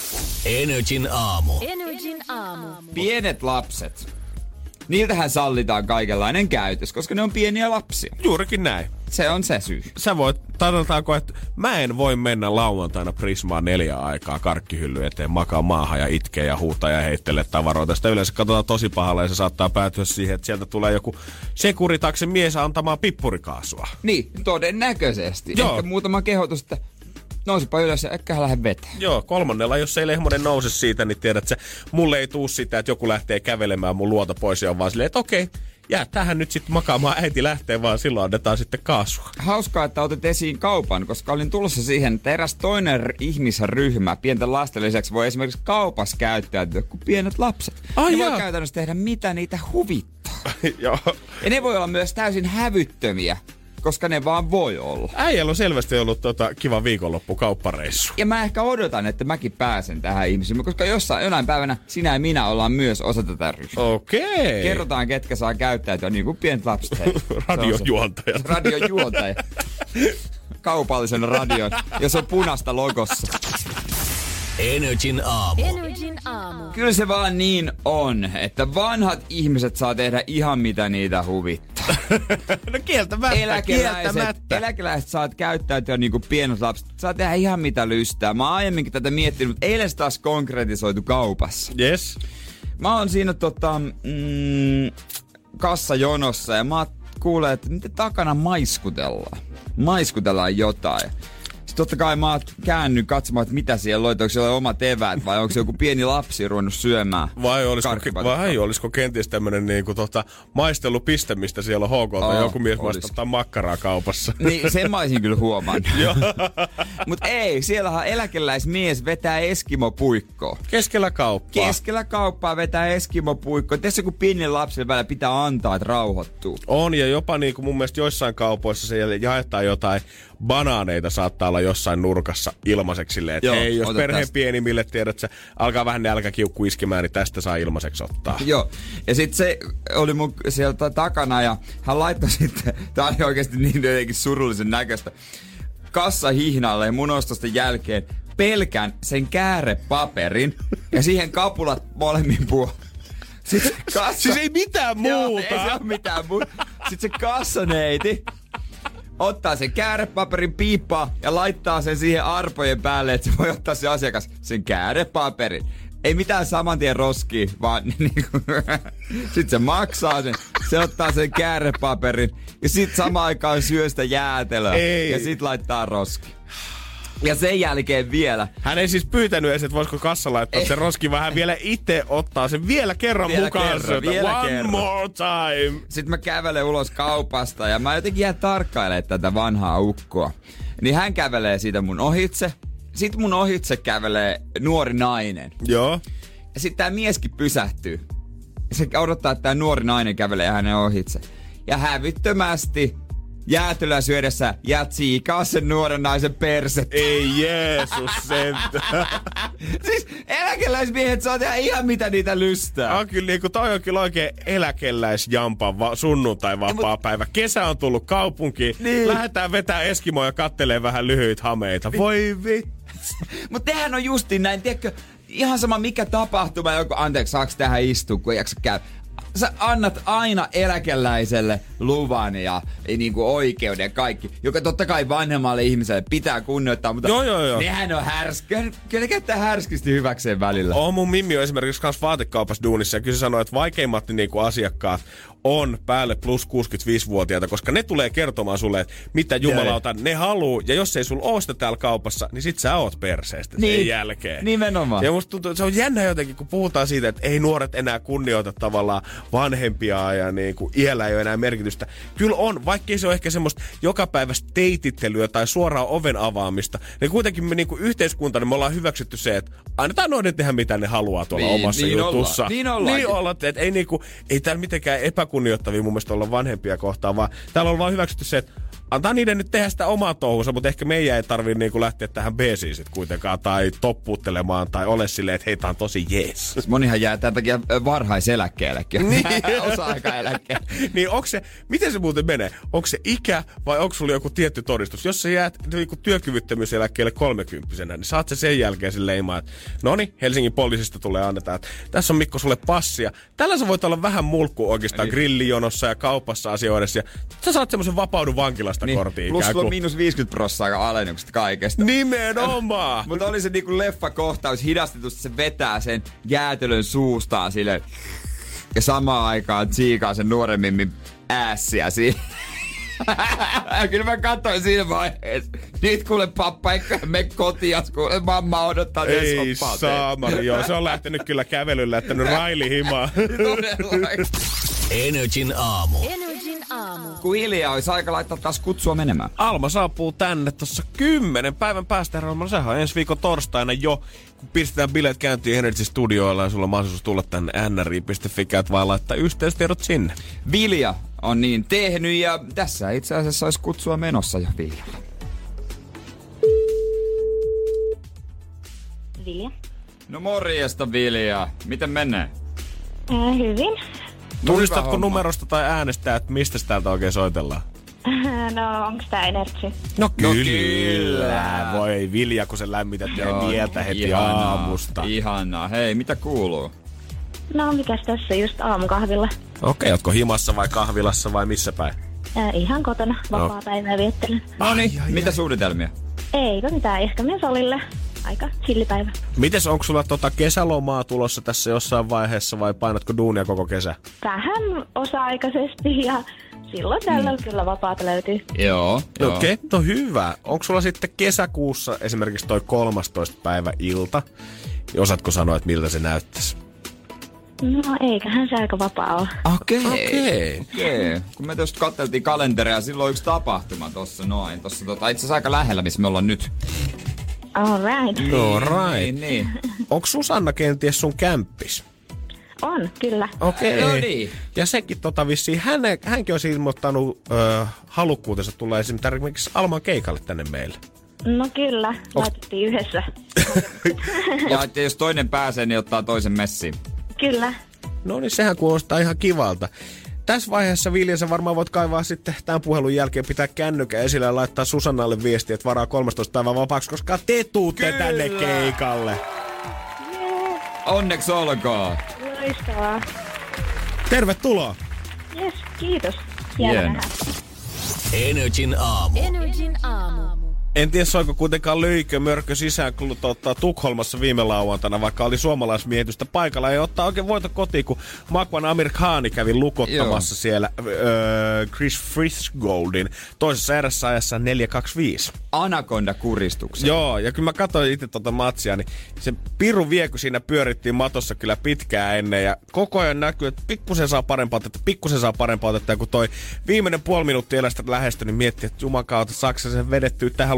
Speaker 3: Energin aamu.
Speaker 6: Energin aamu.
Speaker 5: Pienet lapset. Niiltähän sallitaan kaikenlainen käytös, koska ne on pieniä lapsia.
Speaker 4: Juurikin näin.
Speaker 5: Se on se syy.
Speaker 4: Sä voit, tarkoitaanko, että mä en voi mennä lauantaina Prismaan neljä aikaa karkkihylly eteen, makaa maahan ja itkee ja huutaa ja heittelee tavaroita. Sitä yleensä katsotaan tosi pahalla ja se saattaa päätyä siihen, että sieltä tulee joku sekuritaksen mies antamaan pippurikaasua.
Speaker 5: Niin, todennäköisesti.
Speaker 4: Joo.
Speaker 5: Ehkä muutama kehotus, että nousipa ylös ja äkkähän lähde vetää.
Speaker 4: Joo, kolmannella, jos ei Lehmonen nouse siitä, niin tiedät, että mulle ei tuu sitä, että joku lähtee kävelemään mun luota pois ja on vaan silleen, että okei, jää tähän nyt sitten makaamaan, äiti lähtee, vaan silloin annetaan sitten kaasua.
Speaker 5: Hauskaa, että otit esiin kaupan, koska olin tulossa siihen, että eräs toinen ihmisryhmä pienten lasten lisäksi voi esimerkiksi kaupassa käyttäytyä kuin pienet lapset.
Speaker 4: Ai
Speaker 5: ne
Speaker 4: jaa.
Speaker 5: voi käytännössä tehdä mitä niitä huvittaa.
Speaker 4: Joo.
Speaker 5: Ja ne voi olla myös täysin hävyttömiä, koska ne vaan voi olla.
Speaker 4: Äijällä on selvästi ollut tota kiva viikonloppu kauppareissu.
Speaker 5: Ja mä ehkä odotan, että mäkin pääsen tähän ihmisiin, koska jossain jonain päivänä sinä ja minä ollaan myös osa tätä ryhmää.
Speaker 4: Okei.
Speaker 5: Kerrotaan, ketkä saa käyttäytyä niin kuin pienet lapset. Hei.
Speaker 4: Radiojuontaja.
Speaker 5: Radiojuontaja. Kaupallisen radion, jos on punasta logossa.
Speaker 3: Energin aamu.
Speaker 6: Energin aamu.
Speaker 5: Kyllä se vaan niin on, että vanhat ihmiset saa tehdä ihan mitä niitä huvittaa.
Speaker 4: No kieltämättä,
Speaker 5: Eläkeläiset,
Speaker 4: kieltämättä.
Speaker 5: eläkeläiset saat käyttäytyä niin kuin pienet lapset. Saa tehdä ihan mitä lystää. Mä oon aiemminkin tätä miettinyt, mutta eilen se taas konkretisoitu kaupassa.
Speaker 4: Yes.
Speaker 5: Mä oon siinä tota, mm, kassajonossa ja mä kuulen, että miten takana maiskutellaan. Maiskutellaan jotain. Sitten totta kai mä oon käännyt katsomaan, että mitä siellä on, onko siellä omat eväät vai onko se joku pieni lapsi ruvennut syömään.
Speaker 4: Vai olisiko, vai olisiko kenties tämmönen niinku tota maistelupiste, mistä siellä on H K tai
Speaker 5: Oh,
Speaker 4: joku mies
Speaker 5: olis.
Speaker 4: maistattaa makkaraa kaupassa.
Speaker 5: Niin, sen mä olisin kyllä huomannut. Mut ei, siellähän eläkeläismies vetää Eskimo-puikkoa.
Speaker 4: Keskellä kauppaa.
Speaker 5: Keskellä kauppaa vetää Eskimo-puikkoa. Tässä kun pienen lapsen välillä pitää antaa, että rauhoittuu.
Speaker 4: On, ja jopa niinku mun mielestä joissain kaupoissa se jaetaan jotain banaaneita saattaa olla jossain nurkassa ilmaiseksi silleen, että hei, jos perheen tästä pienimmille tiedät, että se alkaa vähän nälkäkiukku iskemään, niin tästä saa ilmaiseksi ottaa.
Speaker 5: Joo, ja sitten se oli mun sieltä takana ja hän laittoi sitten, tää oli oikeasti niin jotenkin surullisen näköistä, kassahihnalle mun ostosten jälkeen pelkän sen käärepaperin ja siihen kapulat molemmin puolin. Sitten kassa...
Speaker 4: Siis ei mitään muuta!
Speaker 5: Joo, ei se ole mitään muuta. Sitten se kassaneiti ottaa sen käärepaperin piippaa ja laittaa sen siihen arpojen päälle, että se voi ottaa se asiakas sen käärepaperin. Ei mitään saman tien roskii, vaan niinku, sit se maksaa sen, se ottaa sen käärepaperin ja sit samaan aikaan syö sitä jäätelöä
Speaker 4: ei.
Speaker 5: Ja sit laittaa roski. Ja sen jälkeen vielä.
Speaker 4: Hän ei siis pyytänyt edes, että voisiko kassa laittaa sen roski, vaan hän vielä itse ottaa sen vielä kerran
Speaker 5: vielä
Speaker 4: mukaan.
Speaker 5: Kerran, vielä
Speaker 4: One
Speaker 5: kerran.
Speaker 4: more time.
Speaker 5: Sitten mä kävelen ulos kaupasta ja mä jotenkin jään tarkkailemaan tätä vanhaa ukkoa. Niin hän kävelee siitä mun ohitse. Sitten mun ohitse kävelee nuori nainen.
Speaker 4: Joo.
Speaker 5: Ja sitten tää mieskin pysähtyy. se odottaa, että tämä nuori nainen kävelee hänen ohitse. Ja hävyttömästi jäätelöä syödessä ja tsiikaa sen nuoren naisen perset.
Speaker 4: Ei Jeesus sentään.
Speaker 5: Siis eläkeläismiehet saa tehdä ihan mitä niitä lystää.
Speaker 4: On kyllä niinku, toi on kyllä oikein eläkeläisjampan va- sunnuntai vapaa päivä. Kesä on tullut kaupunkiin. Niin. Lähdetään vetää Eskimoja ja kattelee vähän lyhyitä hameita. Voi vittu.
Speaker 5: Mut tehän on justiin näin, tiedätkö, ihan sama mikä tapahtuma, joku, anteeksi, saaks tähän istua, kun ei jaksa käy. Sä annat aina eläkeläiselle luvan ja niin kuin oikeuden ja kaikki, joka totta kai vanhemmalle ihmiselle pitää kunnioittaa, mutta
Speaker 4: joo, joo, joo.
Speaker 5: nehän on härski. Kyllä ne käyttää härskisti hyväkseen välillä.
Speaker 4: On mun mimmi on esimerkiksi kans vaatekaupassa duunissa ja kyllä se sanoo, että vaikeimmat niinku asiakkaat on päälle plus kuusikymmentäviisivuotiaita, koska ne tulee kertomaan sulle, että mitä jumalauta ne haluu. Ja jos ei sulla oo sitä täällä kaupassa, niin sit sä oot perseestä niin, sen jälkeen.
Speaker 5: Nimenomaan.
Speaker 4: Ja musta tuntuu, että se on jännä jotenkin, kun puhutaan siitä, että ei nuoret enää kunnioita tavallaan vanhempia ja niinku iällä ei ole enää merkitystä. Kyllä on, vaikkei se ole ehkä semmoista jokapäiväistä teitittelyä tai suoraan oven avaamista. Niin kuitenkin me niinku yhteiskuntana me ollaan hyväksytty se, että annetaan noiden tehdä mitä ne haluaa tuolla niin, omassa
Speaker 5: niin
Speaker 4: jutussa.
Speaker 5: Olla. Niin ollaan.
Speaker 4: Niin ollaan, että ei, niinku, ei täällä mitenkään epäkunnioittavia mun mielestä olla vanhempia kohtaan, vaan täällä on vaan hyväksytty se, että antaa niiden nyt tehdä sitä omaa touhunsa, mutta ehkä meidän ei tarvii niinku lähteä tähän beesiin sit kuitenkaan tai toppuuttelemaan tai ole silleen, että hei, tää on tosi jees.
Speaker 5: Monihan jää tämän takia varhaiseläkkeellekin.
Speaker 4: Niin.
Speaker 5: Osa-aikaeläkkeelle.
Speaker 4: Niin onko se, miten se muuten menee? Onko se ikä vai onko sulla joku tietty todistus? Jos sä jäät niinku työkyvyttömyyseläkkeelle kolmekymppisenä, niin saat sä sen jälkeen sen leimaa, että noniin, Helsingin poliisista tulee annetaan, että tässä on Mikko sulle passia. Tällä sä voit olla vähän mulkku oikeastaan niin. Grillijonossa ja kaupassa asioidessa ja sä saat semmoisen vapaudun vankilasta niin. kortiin.
Speaker 5: Plus sulla on miinus viisikymmentä prosenttia alennuksesta kaikesta.
Speaker 4: Nimenomaan!
Speaker 5: Mutta oli se niinku leffakohtaus hidastetusti, se vetää sen jäätelön suustaan silleen. Ja samaan aikaan tsiikaa sen nuoremmin ässiä siinä. Kyllä mä katsoin siinä vaiheessa. Nyt kuule pappa, eikä mene kotiin, kun mamma odottaa.
Speaker 4: Ei saamari, joo. Se on lähtenyt kyllä kävelyllä, lähtenyt raili himaa.
Speaker 3: Energin aamu.
Speaker 6: Energin aamu.
Speaker 5: Kun hiljaa olisi aika laittaa taas kutsua menemään.
Speaker 4: Alma saapuu tänne tuossa kymmenen päivän päästä. Herra, sehän on ensi viikon torstaina jo, kun pistetään bileet käyntiin Energy-studioilla ja sulla on mahdollisuus tulla tänne n r i piste f i, käyt vaan laittaa yhteystiedot sinne.
Speaker 5: Vilja on niin tehnyt ja tässä itse asiassa olisi kutsua menossa jo Viljalla.
Speaker 7: Vilja.
Speaker 5: No morjesta Vilja. Miten menee?
Speaker 7: Äh, hyvin.
Speaker 4: Tunnistatko numerosta tai äänestä, että mistä täältä oikein soitellaan?
Speaker 7: No, onks tää Energy?
Speaker 4: No kyllä.
Speaker 5: No kyllä.
Speaker 4: Voi Vilja, kun sä lämmität ja mieltä heti
Speaker 5: ihanaa,
Speaker 4: aamusta.
Speaker 5: Ihanaa. Hei, mitä kuuluu?
Speaker 7: No, mikäs tässä just aamukahvilla?
Speaker 4: Okei, okay, ootko himassa vai kahvilassa vai missä päin?
Speaker 7: Äh, ihan kotona. Vapaa päivää viettelen.
Speaker 5: No niin, mitä suunnitelmia?
Speaker 7: Eikö mitään, ehkä myös Olille. Aika chillipäivä.
Speaker 4: Mites, onko sulla tota kesälomaa tulossa tässä jossain vaiheessa vai painatko duunia koko kesä?
Speaker 7: Vähän osa-aikaisesti ja silloin tällä mm. kyllä vapaata löytyy.
Speaker 5: Joo.
Speaker 4: No, okei, okay, no hyvä. Onko sulla sitten kesäkuussa esimerkiksi toi kolmastoista päivä ilta? Osaatko sanoa, että miltä se näyttäisi?
Speaker 7: No eiköhän se aika vapaa ole.
Speaker 5: Okei.
Speaker 4: Okay.
Speaker 5: Okei. Okay. Okay. Kun me tuosta katseltiin kalenteria, silloin on yksi tapahtuma tossa noin. Tossa tota, itse asiassa aika lähellä, missä me ollaan nyt.
Speaker 7: All right.
Speaker 4: All right.
Speaker 5: Niin, niin.
Speaker 4: Onko Susanna kenties sun kämppis?
Speaker 7: On, kyllä.
Speaker 4: Okei.
Speaker 5: Okay. No niin.
Speaker 4: Ja sekin tota vissiin, hän, hänkin olisi ilmoittanut ö, halukkuutensa tulla esimerkiksi Alman keikalle tänne meille.
Speaker 7: No kyllä, Onks... laitettiin yhdessä.
Speaker 5: Ja että jos toinen pääsee, niin ottaa toisen messiin.
Speaker 7: Kyllä.
Speaker 4: No niin, sehän kuulostaa ihan kivalta. Tässä vaiheessa, Vilja, sä varmaan voit kaivaa sitten tämän puhelun jälkeen pitää kännykän esille ja laittaa Susannalle viestiä, että varaa kolmastoista päivää vapaaksi, koska te tuutte Kyllä. tänne keikalle.
Speaker 7: Yeah.
Speaker 5: Onneksi olkoon.
Speaker 7: Loistavaa.
Speaker 4: Tervetuloa.
Speaker 7: Yes, kiitos. Hieno.
Speaker 3: Energin aamu.
Speaker 6: Energin aamu.
Speaker 4: En tiedä, soiko kuitenkaan löikö mörkö sisään, kun ottaa Tukholmassa viime lauantaina, vaikka oli suomalaismiehitystä paikalla. Ei ottaa oikein voito kotiin, kun Makwan Amir Khani kävi lukottamassa Joo. siellä öö, Chris Frisgoldin toisessa erässä ajassa neljä kaksi viisi.
Speaker 5: Anaconda-kuristuksen.
Speaker 4: Joo, ja kun mä katsoin itse tota matsia, niin se piru vie, kun siinä pyörittiin matossa kyllä pitkään ennen, ja koko ajan näkyy, että pikkusen saa parempaa otetta, pikkusen saa parempaa otetta, ja kun toi viimeinen puoli minuuttia elästä lähestyi, niin miettii, että jumakautta, saksa sen vedettyä tähän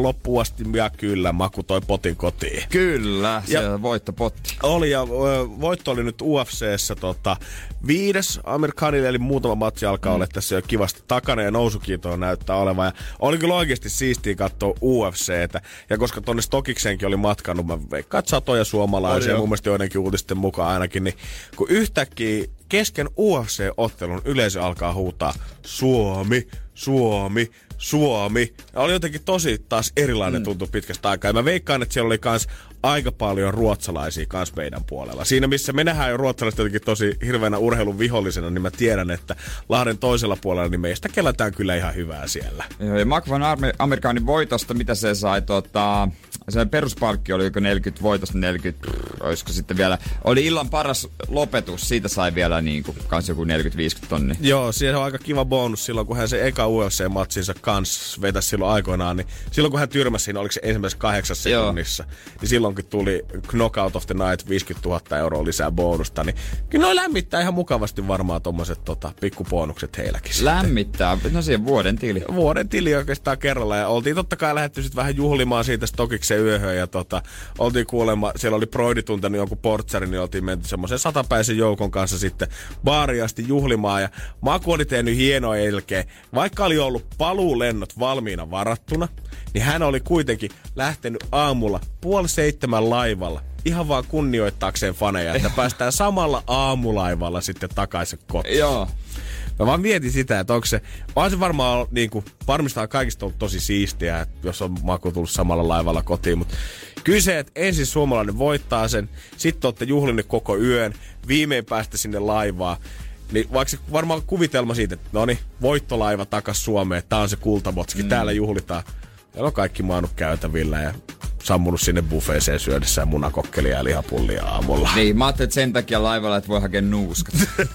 Speaker 4: loppuun asti ja kyllä Maku toi potin kotiin.
Speaker 5: Kyllä, se
Speaker 4: ja
Speaker 5: voittopotti.
Speaker 4: Oli ja voitto oli nyt U F C:ssä tota, viides Amir Khanille, eli muutama matsi alkaa mm. olla tässä jo kivasti takana ja nousukiitoa näyttää olevan. Ja oli kyllä oikeasti siistiä katsoa U F C:tä. Ja koska tonne Stokikseenkin oli matkannut, mä veikkaan satoja suomalaisia, mun mielestä joidenkin uutisten mukaan ainakin, niin kun yhtäkkiä kesken U F C-ottelun yleisö alkaa huutaa Suomi, Suomi, Suomi. Ja oli jotenkin tosi taas erilainen tuntu mm. pitkästä aikaa. Ja mä veikkaan, että siellä oli kans aika paljon ruotsalaisia kans meidän puolella. Siinä missä me nähdään jo ruotsalaiset jotenkin tosi hirveänä urheilun vihollisena, niin mä tiedän, että Lahden toisella puolella niin meistä kelätään kyllä ihan hyvää siellä.
Speaker 5: Joo, ja Makvan Amerikaanin voitosta, mitä se sai, tota, se peruspalkki oli joku neljäkymmentä voitosta, neljäkymmentä, olisiko sitten vielä, oli illan paras lopetus, siitä sai vielä niin kuin, kans joku neljäkymmentä viisikymmentä tonnia.
Speaker 4: Joo, siihen on aika kiva bonus silloin, kun hän se eka U F C-matsinsa kanssa vetäisi silloin aikoinaan, niin silloin kun hän tyrmäsi siinä, oliko se ensimmäisessä kahdeksassa sekunnissa, niin silloinkin tuli Knockout of the Night viisikymmentätuhatta euroa lisää bonusta, niin kyllä noi lämmittää ihan mukavasti varmaan tommoset tota, pikkubonukset heilläkin.
Speaker 5: Lämmittää? No siihen vuoden tili.
Speaker 4: Vuoden tili oikeastaan kerralla, ja oltiin totta kai lähdetty sitten vähän juhlimaan siitä Stokiksen yöhön, ja tota, oltiin kuulemma, siellä oli Broidi tuntenut jonkun portsarin, niin oltiin menty semmoisen satapäisen joukon kanssa sitten baariin asti juhlimaan, ja Maku oli tehnyt hienoa elkeä, vaikka oli ollut paluulennot valmiina varattuna, niin hän oli kuitenkin lähtenyt aamulla puoli seitsemän laivalla ihan vaan kunnioittaakseen faneja, että päästään samalla aamulaivalla sitten takaisin kotiin.
Speaker 5: Joo.
Speaker 4: Mä vaan mietin sitä, että onko se, vaan se varmaan niin kuin, varmistaa kaikista ollut tosi siistiä, että jos on Maku tullut samalla laivalla kotiin, mutta kyllä se, että ensin suomalainen voittaa sen, sitten olette juhlinut koko yön, viimein päästä sinne laivaan, niin vaikka se varmaan kuvitelma siitä, että no niin, voittolaiva takas Suomeen, tää on se kultamotski, mm. täällä juhlitaan. Meillä on kaikki maannut käytävillä ja sammunut sinne buffeeseen syödessään munakokkelia ja lihapullia aamulla.
Speaker 5: Niin, mä ajattelin, että sen takia laivalla, että voi hakea nuuskat.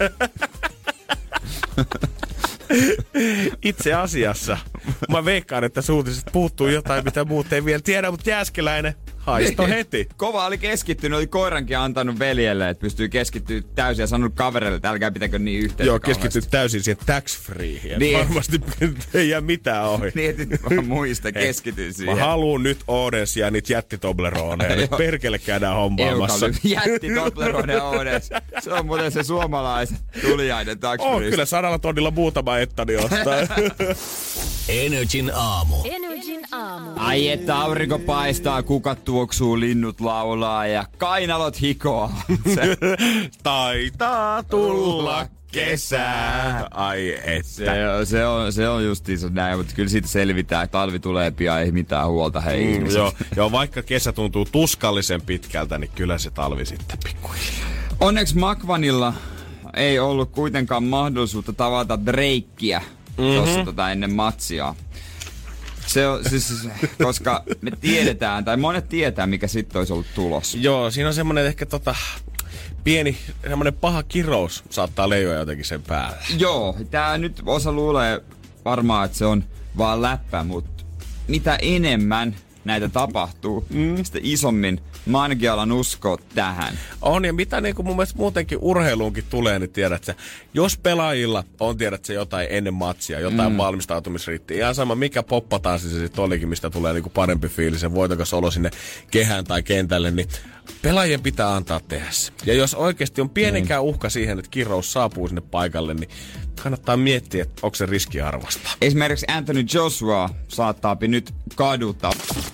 Speaker 4: Itse asiassa mä veikkaan, että suutisesta puuttuu jotain, mitä muut ei vielä tiedä, mutta Jääskeläinen haisto heti.
Speaker 5: Kova oli keskittynyt, oli koirankin antanut veljelle, että pystyy keskittyä täysin ja sanonut kavereille, että älkää pitäkö niin yhteyttä.
Speaker 4: Joo, keskittyy täysin siihen tax-freeihin.
Speaker 5: Niin.
Speaker 4: Varmasti ei jää mitään ohi.
Speaker 5: Niin, että vaan muista keskittyä siihen.
Speaker 4: Mä haluun nyt Odensia ja niitä jättitobleroneja. Nyt perkele käydään hommaamassa.
Speaker 5: Jättitoblerone Odens. Se on muuten se suomalaisen tuliainen tax-free.
Speaker 4: On kyllä sadalla tonnilla muutama ettani ostaa.
Speaker 3: Energin aamu.
Speaker 6: Energin aamu.
Speaker 5: Ai että aurinko paistaa, kukat tuoksuu, linnut laulaa ja kainalot hikoaa. Se
Speaker 4: taitaa tulla kesää. Ai että.
Speaker 5: Se on, se on, se on justiinsa näin, mutta kyllä siitä selvitään. Talvi tulee pian, ei mitään huolta, hei
Speaker 4: mm,
Speaker 5: ihmiset.
Speaker 4: Joo, joo, vaikka kesä tuntuu tuskallisen pitkältä, niin kyllä se talvi sitten pikkuhiljaa.
Speaker 5: Onneksi Makvanilla ei ollut kuitenkaan mahdollisuutta tavata Drakea mm-hmm. tuossa tota ennen matsia. Se on siis, koska me tiedetään, tai monet tietää, mikä sitten olisi ollut tulos.
Speaker 4: Joo, siinä on semmoinen ehkä tota, pieni, semmoinen paha kirous saattaa leijoa jotenkin sen päälle.
Speaker 5: Joo, tää nyt osa luulee varmaan, että se on vaan läppä, mutta mitä enemmän näitä tapahtuu, mm. sitä isommin mä ainakin alan uskoa tähän.
Speaker 4: On, ja mitä niin kuin mun mielestä muutenkin urheiluunkin tulee, niin tiedät sä, jos pelaajilla on tiedät sä jotain ennen matsia, jotain mm. valmistautumisriittiä, ihan sama mikä poppataan se sitten olikin, mistä tulee niin kuin parempi fiilis ja voitokas olo sinne kehään tai kentälle, niin pelaajien pitää antaa tehdä se. Ja jos oikeasti on pienenkään mm. uhka siihen, että kirous saapuu sinne paikalle, niin kannattaa miettiä, että onko se riskiarvosta.
Speaker 5: Esimerkiksi Anthony Joshua saattaa nyt kaduta.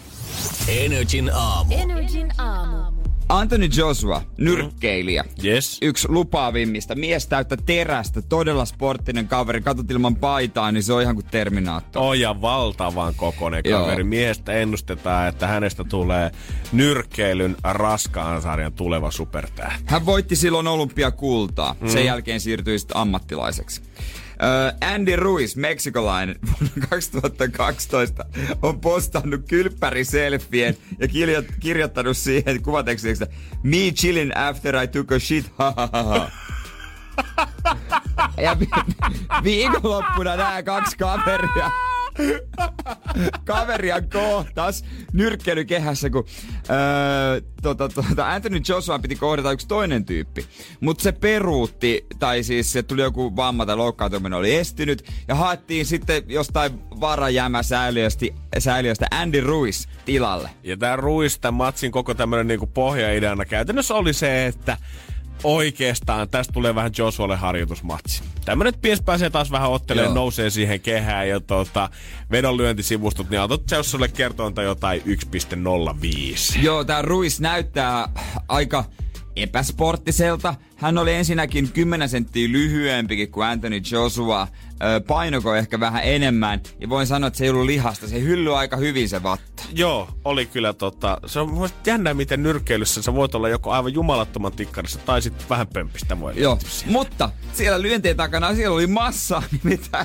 Speaker 3: Energin aamu.
Speaker 6: Energin aamu.
Speaker 5: Anthony Joshua, nyrkkeilijä.
Speaker 4: Yes.
Speaker 5: Yksi lupaavimmista. Mies täyttä terästä, todella sporttinen kaveri. Katut ilman paitaa, niin se on ihan kuin Terminaattori.
Speaker 4: Oh, ja valtavan kokoinen kaveri. Miehestä ennustetaan, että hänestä tulee nyrkkeilyn raskaan sarjan tuleva supertähti.
Speaker 5: Hän voitti silloin olympiakultaa. Mm. Sen jälkeen siirtyi sitten ammattilaiseksi. Andy Ruiz, meksikolainen, vuonna kaksituhattakaksitoista on postannut kylppäriselfien ja kirjo- kirjoittanut siihen kuvatekstiksi, me chilling after I took a shit, ha ha ha ha. Ja vi- viikonloppuna nämä kaksi kaveria Kaveria kohtas nyrkkeilykehässä, kun öö, tota, tota, Anthony Joshua piti kohdata yksi toinen tyyppi. Mutta se peruutti, tai siis se tuli joku vamma tai loukkaantuminen oli estynyt, ja haettiin sitten jostain varajäämä sääliöstä Andy Ruiz tilalle.
Speaker 4: Ja tää Ruiz, tämän matsin koko tämmönen niinku pohjaideana käytännössä oli se, että oikeastaan tästä tulee vähän Joshualle harjoitusmatsi. Tämmönen mies pääsee taas vähän ottelemaan, nousee siihen kehään ja tota, vedonlyöntisivustot, niin autot Joshualle kertoonta jotain yksi pilkku nolla viisi.
Speaker 5: Joo, tää Ruiz näyttää aika epäsporttiselta. Hän oli ensinnäkin kymmenen senttiä lyhyempikin kuin Anthony Joshua. Painoko ehkä vähän enemmän. Ja voin sanoa, että se ei ollut lihasta. Se hyllyy aika hyvin se vatta.
Speaker 4: Joo, oli kyllä tota. Se on jännä, miten nyrkkeilyssä sä voit olla joko aivan jumalattoman tikkarissa tai sitten vähän pömpistä voi.
Speaker 5: Joo, mutta siellä lyöntien takana siellä oli massa, mitä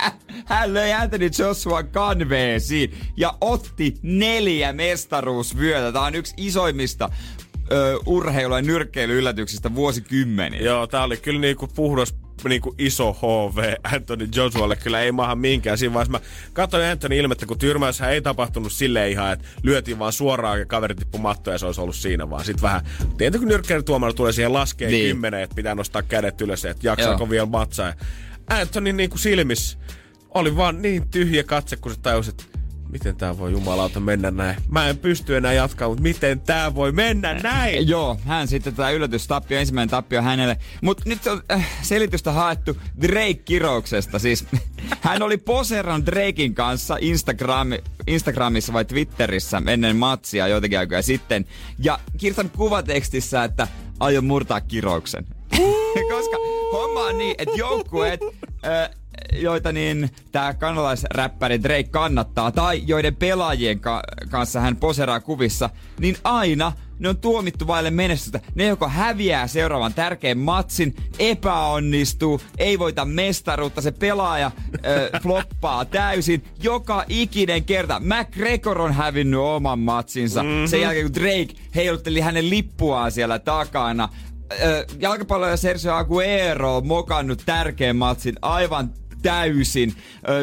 Speaker 5: hän löi Anthony Joshua kanveesiin ja otti neljä mestaruusvyötä. Tää on yksi isoimmista Ö, urheilu- ja nyrkkeilyyllätyksistä vuosikymmeniä.
Speaker 4: Joo, tää oli kyllä niinku puhdas niinku iso H V Anthony Joshualle. Kyllä ei maahan minkään. Siinä vaiheessa mä katsoin Anthony ilmettä, kun tyrmäyshän ei tapahtunut silleen ihan, että lyötiin vaan suoraan ja kaveri tippui mattoon ja se olisi ollut siinä vaan. Sitten vähän, tietysti kun nyrkkeilytuomalla tulee siihen laskeen niin. kymmenen, että pitää nostaa kädet ylös, että jaksaako Joo. vielä matsaa. Ja Anthony niinku silmissä oli vaan niin tyhjä katse, kun se tajusi, että miten tää voi jumalauta mennä näin? Mä en pysty enää jatkaa, mutta miten tää voi mennä näin?
Speaker 5: Joo, hän sitten tätä yllätystappio, ensimmäinen tappio hänelle. Mutta nyt on äh, selitystä haettu Drake-kirouksesta. Siis hän oli poseerannut Drakein kanssa Instagram, Instagramissa vai Twitterissä ennen matsia joitakin aikoja sitten. Ja kirjoittanut kuvatekstissä, että aion murtaa kirouksen. Koska homma on niin, että joukkueet, äh, joita niin tää kanalaisräppäri Drake kannattaa, tai joiden pelaajien ka- kanssa hän poseraa kuvissa, niin aina ne on tuomittu vaille menestystä. Ne joko häviää seuraavan tärkeän matsin, epäonnistuu, ei voita mestaruutta, se pelaaja äh, floppaa täysin. Joka ikinen kerta. McGregor on hävinnyt oman matsinsa. Mm-hmm. Sen jälkeen kun Drake heilutteli hänen lippuaan siellä takana. Jalkapalloja Sergio Aguero on mokannut tärkeän matsin aivan täysin.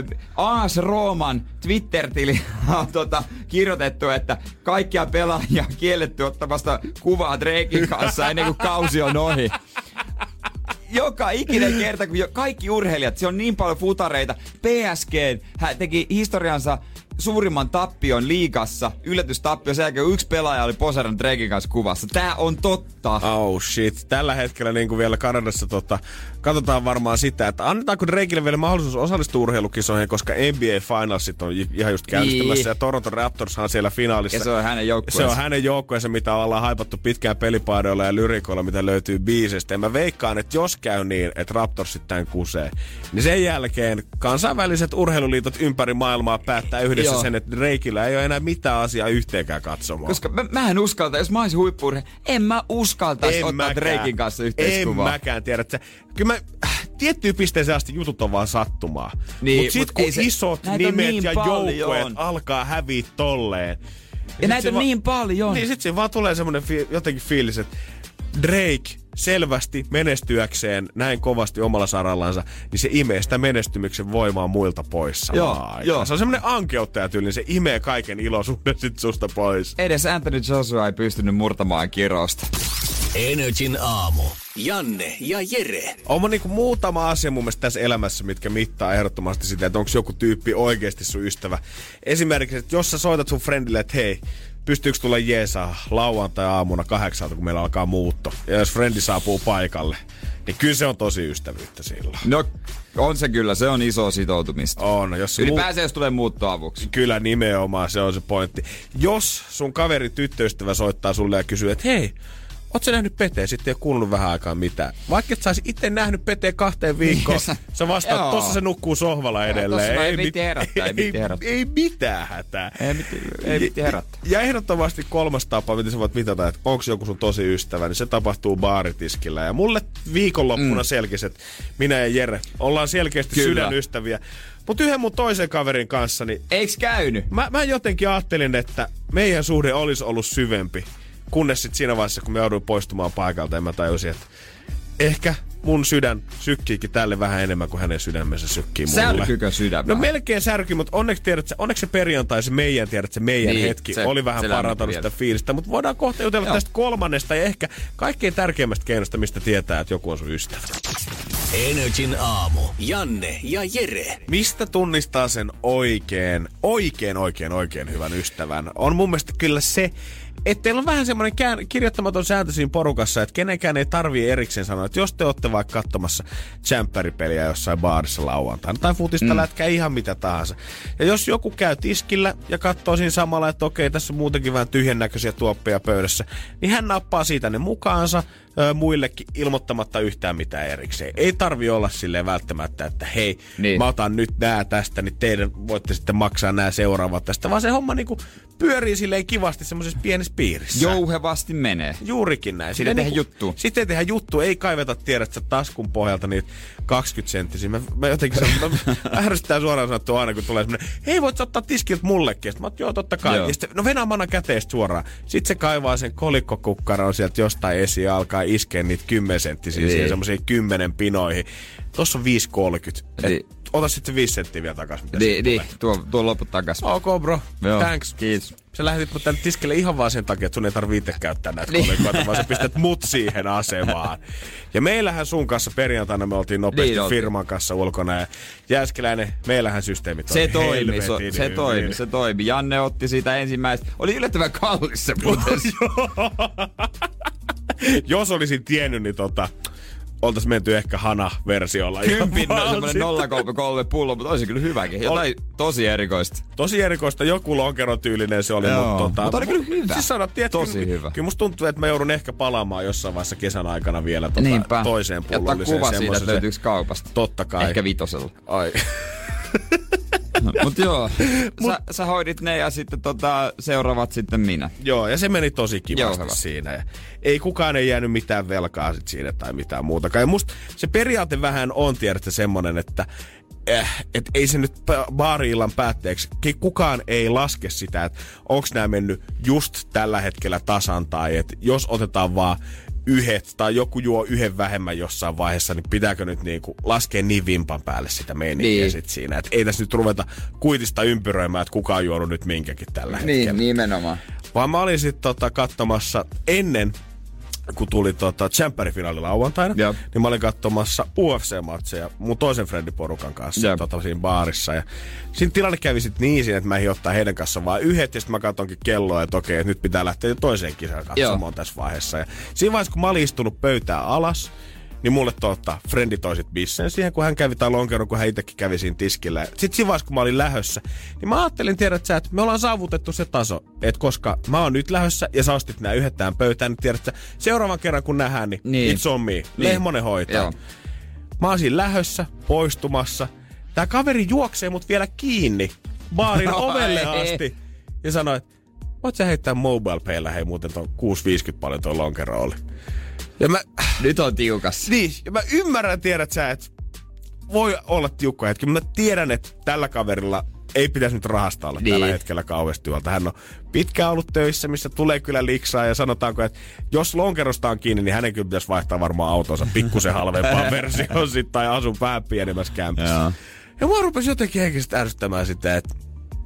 Speaker 5: A S Rooman Twitter-tili on tota, kirjoitettu, että kaikkia pelaajia kielletty ottamasta kuvaa Drakein kanssa ennen kuin kausi on ohi. Joka ikinen kerta, kun jo kaikki urheilijat, se on niin paljon futareita. P S G hän teki historiansa suurimman tappion liigassa, yllätystappio sen jälkeen, yksi pelaaja oli poserannut Drakein kanssa kuvassa. Tää on totta.
Speaker 4: Oh shit. Tällä hetkellä niin kuin vielä Kanadassa tota, katsotaan varmaan sitä, että annetaanko Drakeille vielä mahdollisuus osallistua urheilukisoihin, koska N B A Finalsit on ihan just käynnistämässä niin. Ja Toronto Raptors on siellä finaalissa.
Speaker 5: Ja se on hänen joukkueensa.
Speaker 4: Se on hänen joukkueensa, mitä ollaan haipattu pitkään pelipaidoilla ja lyrikoilla, mitä löytyy biisestä. Ja mä veikkaan, että jos käy niin, että Raptorsit tämän kusee, niin sen jälkeen kansainväliset urheiluliitot ympäri maailmaa päättää yhdessä Joo. sen, että Drakeillä ei ole enää mitään asiaa yhteenkään katsomaan.
Speaker 5: Koska mä, mä en uskalta, jos mä olisin huippu-urheilija, en mä uskaltaisi ottaa mäkään. Drakein kanssa yhteiskuvaa.
Speaker 4: En mäkään tiedä, että se, kyllä mä, tiettyyn pisteeseen asti jutut on vaan sattumaa.
Speaker 5: Niin,
Speaker 4: mut sit
Speaker 5: mut
Speaker 4: kun
Speaker 5: se,
Speaker 4: isot nimet
Speaker 5: niin
Speaker 4: ja joukkueet alkaa häviä tolleen.
Speaker 5: Ja näitä on va- niin paljon.
Speaker 4: Niin sit siinä vaan tulee semmonen fi- jotenkin fiilis, että Drake selvästi menestyäkseen näin kovasti omalla sarallansa, niin se imee sitä menestymyksen voimaa muilta pois samaan aikaan. Se on semmonen ankeuttajatyyli, se imee kaiken iloisuuden sit susta pois.
Speaker 5: Edes Anthony Joshua ei pystynyt murtamaan kirousta.
Speaker 3: Energin aamu. Janne ja Jere.
Speaker 4: On niinku muutama asia mun mielestä tässä elämässä, mitkä mittaa ehdottomasti sitä, että onko joku tyyppi oikeasti sun ystävä. Esimerkiksi, että jos sä soitat sun friendille, että hei, pystyykö tulla jeesaa lauantai-aamuna kahdeksalta, kun meillä alkaa muutto. Ja jos frendi saapuu paikalle, niin kyllä se on tosi ystävyyttä silloin.
Speaker 5: No, on se kyllä. Se on iso sitoutumista.
Speaker 4: On. Jos
Speaker 5: Ylipäänsä, mu- jos tulee muuttoavuksi.
Speaker 4: Kyllä, nimenomaan. Se on se pointti. Jos sun kaveri tyttöystävä soittaa sulle ja kysyy, että hei, oot sä nähnyt Peteä? Sitten ei ole kuulunut vähän aikaa mitään. Vaikka et saisi itse nähnyt Peteä kahteen viikkoon, sä vastaat, tossa se nukkuu sohvalla edelleen.
Speaker 5: Tossa ei vitti herättää, ei vitti herättää.
Speaker 4: Ei mitään hätää.
Speaker 5: Ei, ei vitti herättää.
Speaker 4: Ja ehdottomasti kolmas tapa, miten sä voit mitata, että onko joku sun tosi ystävä, niin se tapahtuu baaritiskillä. Ja mulle viikonloppuna mm. selkisi, että minä ja Jere ollaan selkeästi Kyllä. sydänystäviä. Mutta yhden mun toisen kaverin kanssa, niin...
Speaker 5: Eiks käynyt?
Speaker 4: Mä, mä jotenkin ajattelin, että meidän suhde olisi ollut syvempi. Kunnes sit siinä vaiheessa, kun me jouduin poistumaan paikalta, ja mä tajusin, että ehkä mun sydän sykkiikin tälle vähän enemmän kuin hänen sydämensä sykkii mulle.
Speaker 5: Särkykö sydän?
Speaker 4: No melkein särky, mutta onneksi tiedät, onneksi se perjantai, se meidän, tiedät, se meidän niin, hetki se, oli vähän parantanut sitä fiilistä. Mutta voidaan kohta jutella Joo. tästä kolmannesta ja ehkä kaikkein tärkeimmästä keinosta, mistä tietää, että joku on sun ystävä.
Speaker 3: Energin aamu. Janne ja Jere.
Speaker 4: Mistä tunnistaa sen oikein, oikein, oikein, oikein hyvän ystävän? On mun mielestä kyllä se, että teillä on vähän semmoinen kään, kirjoittamaton sääntö siinä porukassa, että kenenkään ei tarvii erikseen sanoa, että jos te olette vaikka katsomassa tsemppäripeliä jossain baarissa lauantaina tai futista mm. lätkää ihan mitä tahansa. Ja jos joku käy tiskillä ja katsoo siinä samalla, että okei, tässä on muutenkin vähän tyhjän näköisiä tuoppeja pöydässä, niin hän nappaa siitä ne mukaansa ö, muillekin ilmoittamatta yhtään mitään erikseen. Ei tarvi olla silleen välttämättä, että hei, niin. mä otan nyt nää tästä, niin teidän voitte sitten maksaa nämä seuraavat tästä, vaan se homma niinku pyörii silleen kivasti semmoisessa pienessä piirissä.
Speaker 5: Jouhevasti menee.
Speaker 4: Juurikin näin.
Speaker 5: Sitten ei tehdä
Speaker 4: niinku,
Speaker 5: juttu.
Speaker 4: Sitten ei tehdä juttu. Ei kaiveta, tiedät sä taskun pohjalta niitä kaksikymmentä senttisiä. Mä, mä jotenkin ärsyttää suoraan sanottua aina, kun tulee semmoinen, hei voit sä ottaa tiskiltä mullekin? Sitten mä oot, joo totta kai. Joo. Ja sitten, no venää mana käteestä suoraan. Sitten se kaivaa sen kolikkokukkaron sieltä jostain esiin ja alkaa iskeä niitä kymmenen senttisiä niin. siihen semmoisiin kymmenen pinoihin. Tossa on viisi kolmekymmentä. Niin. Ota sitten viisi senttiä vielä takas.
Speaker 5: Niin, niin. Tuo, tuo loput takas.
Speaker 4: Ok bro,
Speaker 5: Joo.
Speaker 4: thanks.
Speaker 5: Kiitos.
Speaker 4: Sä lähdit mut tänne tiskelle ihan vaan sen takia, että sun ei tarvitse itse käyttää näitä kolikoita, vaan sä pistät mut siihen asemaan. Ja meillähän sun kanssa perjantaina me oltiin nopeasti niin, firman kanssa ulkona ja Jääskeläinen, meillähän systeemit
Speaker 5: se toimi, so, se toimi, se toimi. Janne otti siitä ensimmäistä. Oli yllättävän kallis se muuten.
Speaker 4: Jos olisin tiennyt, niin tota... oltais menty ehkä Hana-versiolla.
Speaker 5: Kympin on semmonen nolla kolme kolme pullo, mutta olisi kyllä hyväkin. Jotain Ol... tosi erikoista.
Speaker 4: Tosi erikoista. Joku lonkerotyylinen se oli.
Speaker 5: Joo,
Speaker 4: mutta, tota,
Speaker 5: mutta oli kyllä hyvä.
Speaker 4: Siis sanottiin, että
Speaker 5: tosi
Speaker 4: kyllä,
Speaker 5: hyvä.
Speaker 4: Kyllä musta tuntuu, että mä joudun ehkä palaamaan jossain vaiheessa kesän aikana vielä tota, toiseen pullolliseen.
Speaker 5: Jättää kuva siitä, että löytyykö kaupasta.
Speaker 4: Totta kai.
Speaker 5: Ehkä vitosella.
Speaker 4: Ai.
Speaker 5: Mut joo, Mut, sä, sä hoidit ne ja sitten tota, seuraavat sitten minä.
Speaker 4: Joo, ja se meni tosi kivasti joo, siinä. Ja ei kukaan ei jäänyt mitään velkaa sit siinä tai mitään muutakaan. Ja musta se periaate vähän on, tiedätte, semmonen, että äh, et ei se nyt baari-illan päätteeksi, kukaan ei laske sitä, että onks nää mennyt just tällä hetkellä tasan tai että jos otetaan vaan yhdet tai joku juo yhden vähemmän jossain vaiheessa, niin pitääkö nyt niinku laskea niin vimpan päälle sitä meininkiä niin. sit siinä. Että ei tässä nyt ruveta kuitista ympyröimään, että kuka on juonut nyt minkäkin tällä
Speaker 5: niin,
Speaker 4: hetkellä.
Speaker 5: Niin, nimenomaan.
Speaker 4: Vaan mä olin sitten tota, katsomassa ennen, kun tuli tota, Champion-finaali lauantaina, ja. niin mä olin katsomassa U F C-matseja mun toisen friendiporukan kanssa tota, siinä baarissa. Ja siinä tilanne kävi sitten niin siinä, että mä ehdin ottaa heidän kanssa vaan yhdet, ja sitten mä katsonkin kelloa, että okei, että nyt pitää lähteä toiseen kisaan katsomaan tässä vaiheessa. Ja siinä vaiheessa, kun mä olin istunut pöytään alas, niin mulle tota, frendi toi sit bissen siihen, kun hän kävi tai lonkeron, kun hän itsekin kävi siinä tiskillä. Sitten siinä vaiheessa, kun mä olin lähössä, niin mä ajattelin, tiedät sä, että me ollaan saavutettu se taso, että koska mä oon nyt lähössä ja sä ostit nää yhdet tähän pöytään, niin tiedät sä, seuraavan kerran kun nähdään, niin, niin. it's on me. Niin. Lehmonen hoitaa. Joo. Mä oon siinä lähössä, poistumassa. Tää kaveri juoksee mut vielä kiinni baarin no, ovelle ei. asti ja sanoi, että voit sä heittää mobile payllä, hei muuten ton kuusi viisikymmentä paljon toi lonkero oli. Ja mä,
Speaker 5: nyt on tiukas.
Speaker 4: Niin, ja mä ymmärrän, tiedät sä, että voi olla tiukka hetki, mutta mä tiedän, että tällä kaverilla ei pitäisi nyt rahasta olla niin. tällä hetkellä kauheasti työllä. Hän on pitkään ollut töissä, missä tulee kyllä liksaa ja sanotaanko, että jos lonkerosta on kiinni, niin hänen kyllä pitäisi vaihtaa varmaan autonsa pikkusen halvempaan versioon sit, tai asun vähän pienemmässä kämpissä. Ja mua rupesi jotenkin henkisesti ärsyttämään sitä, että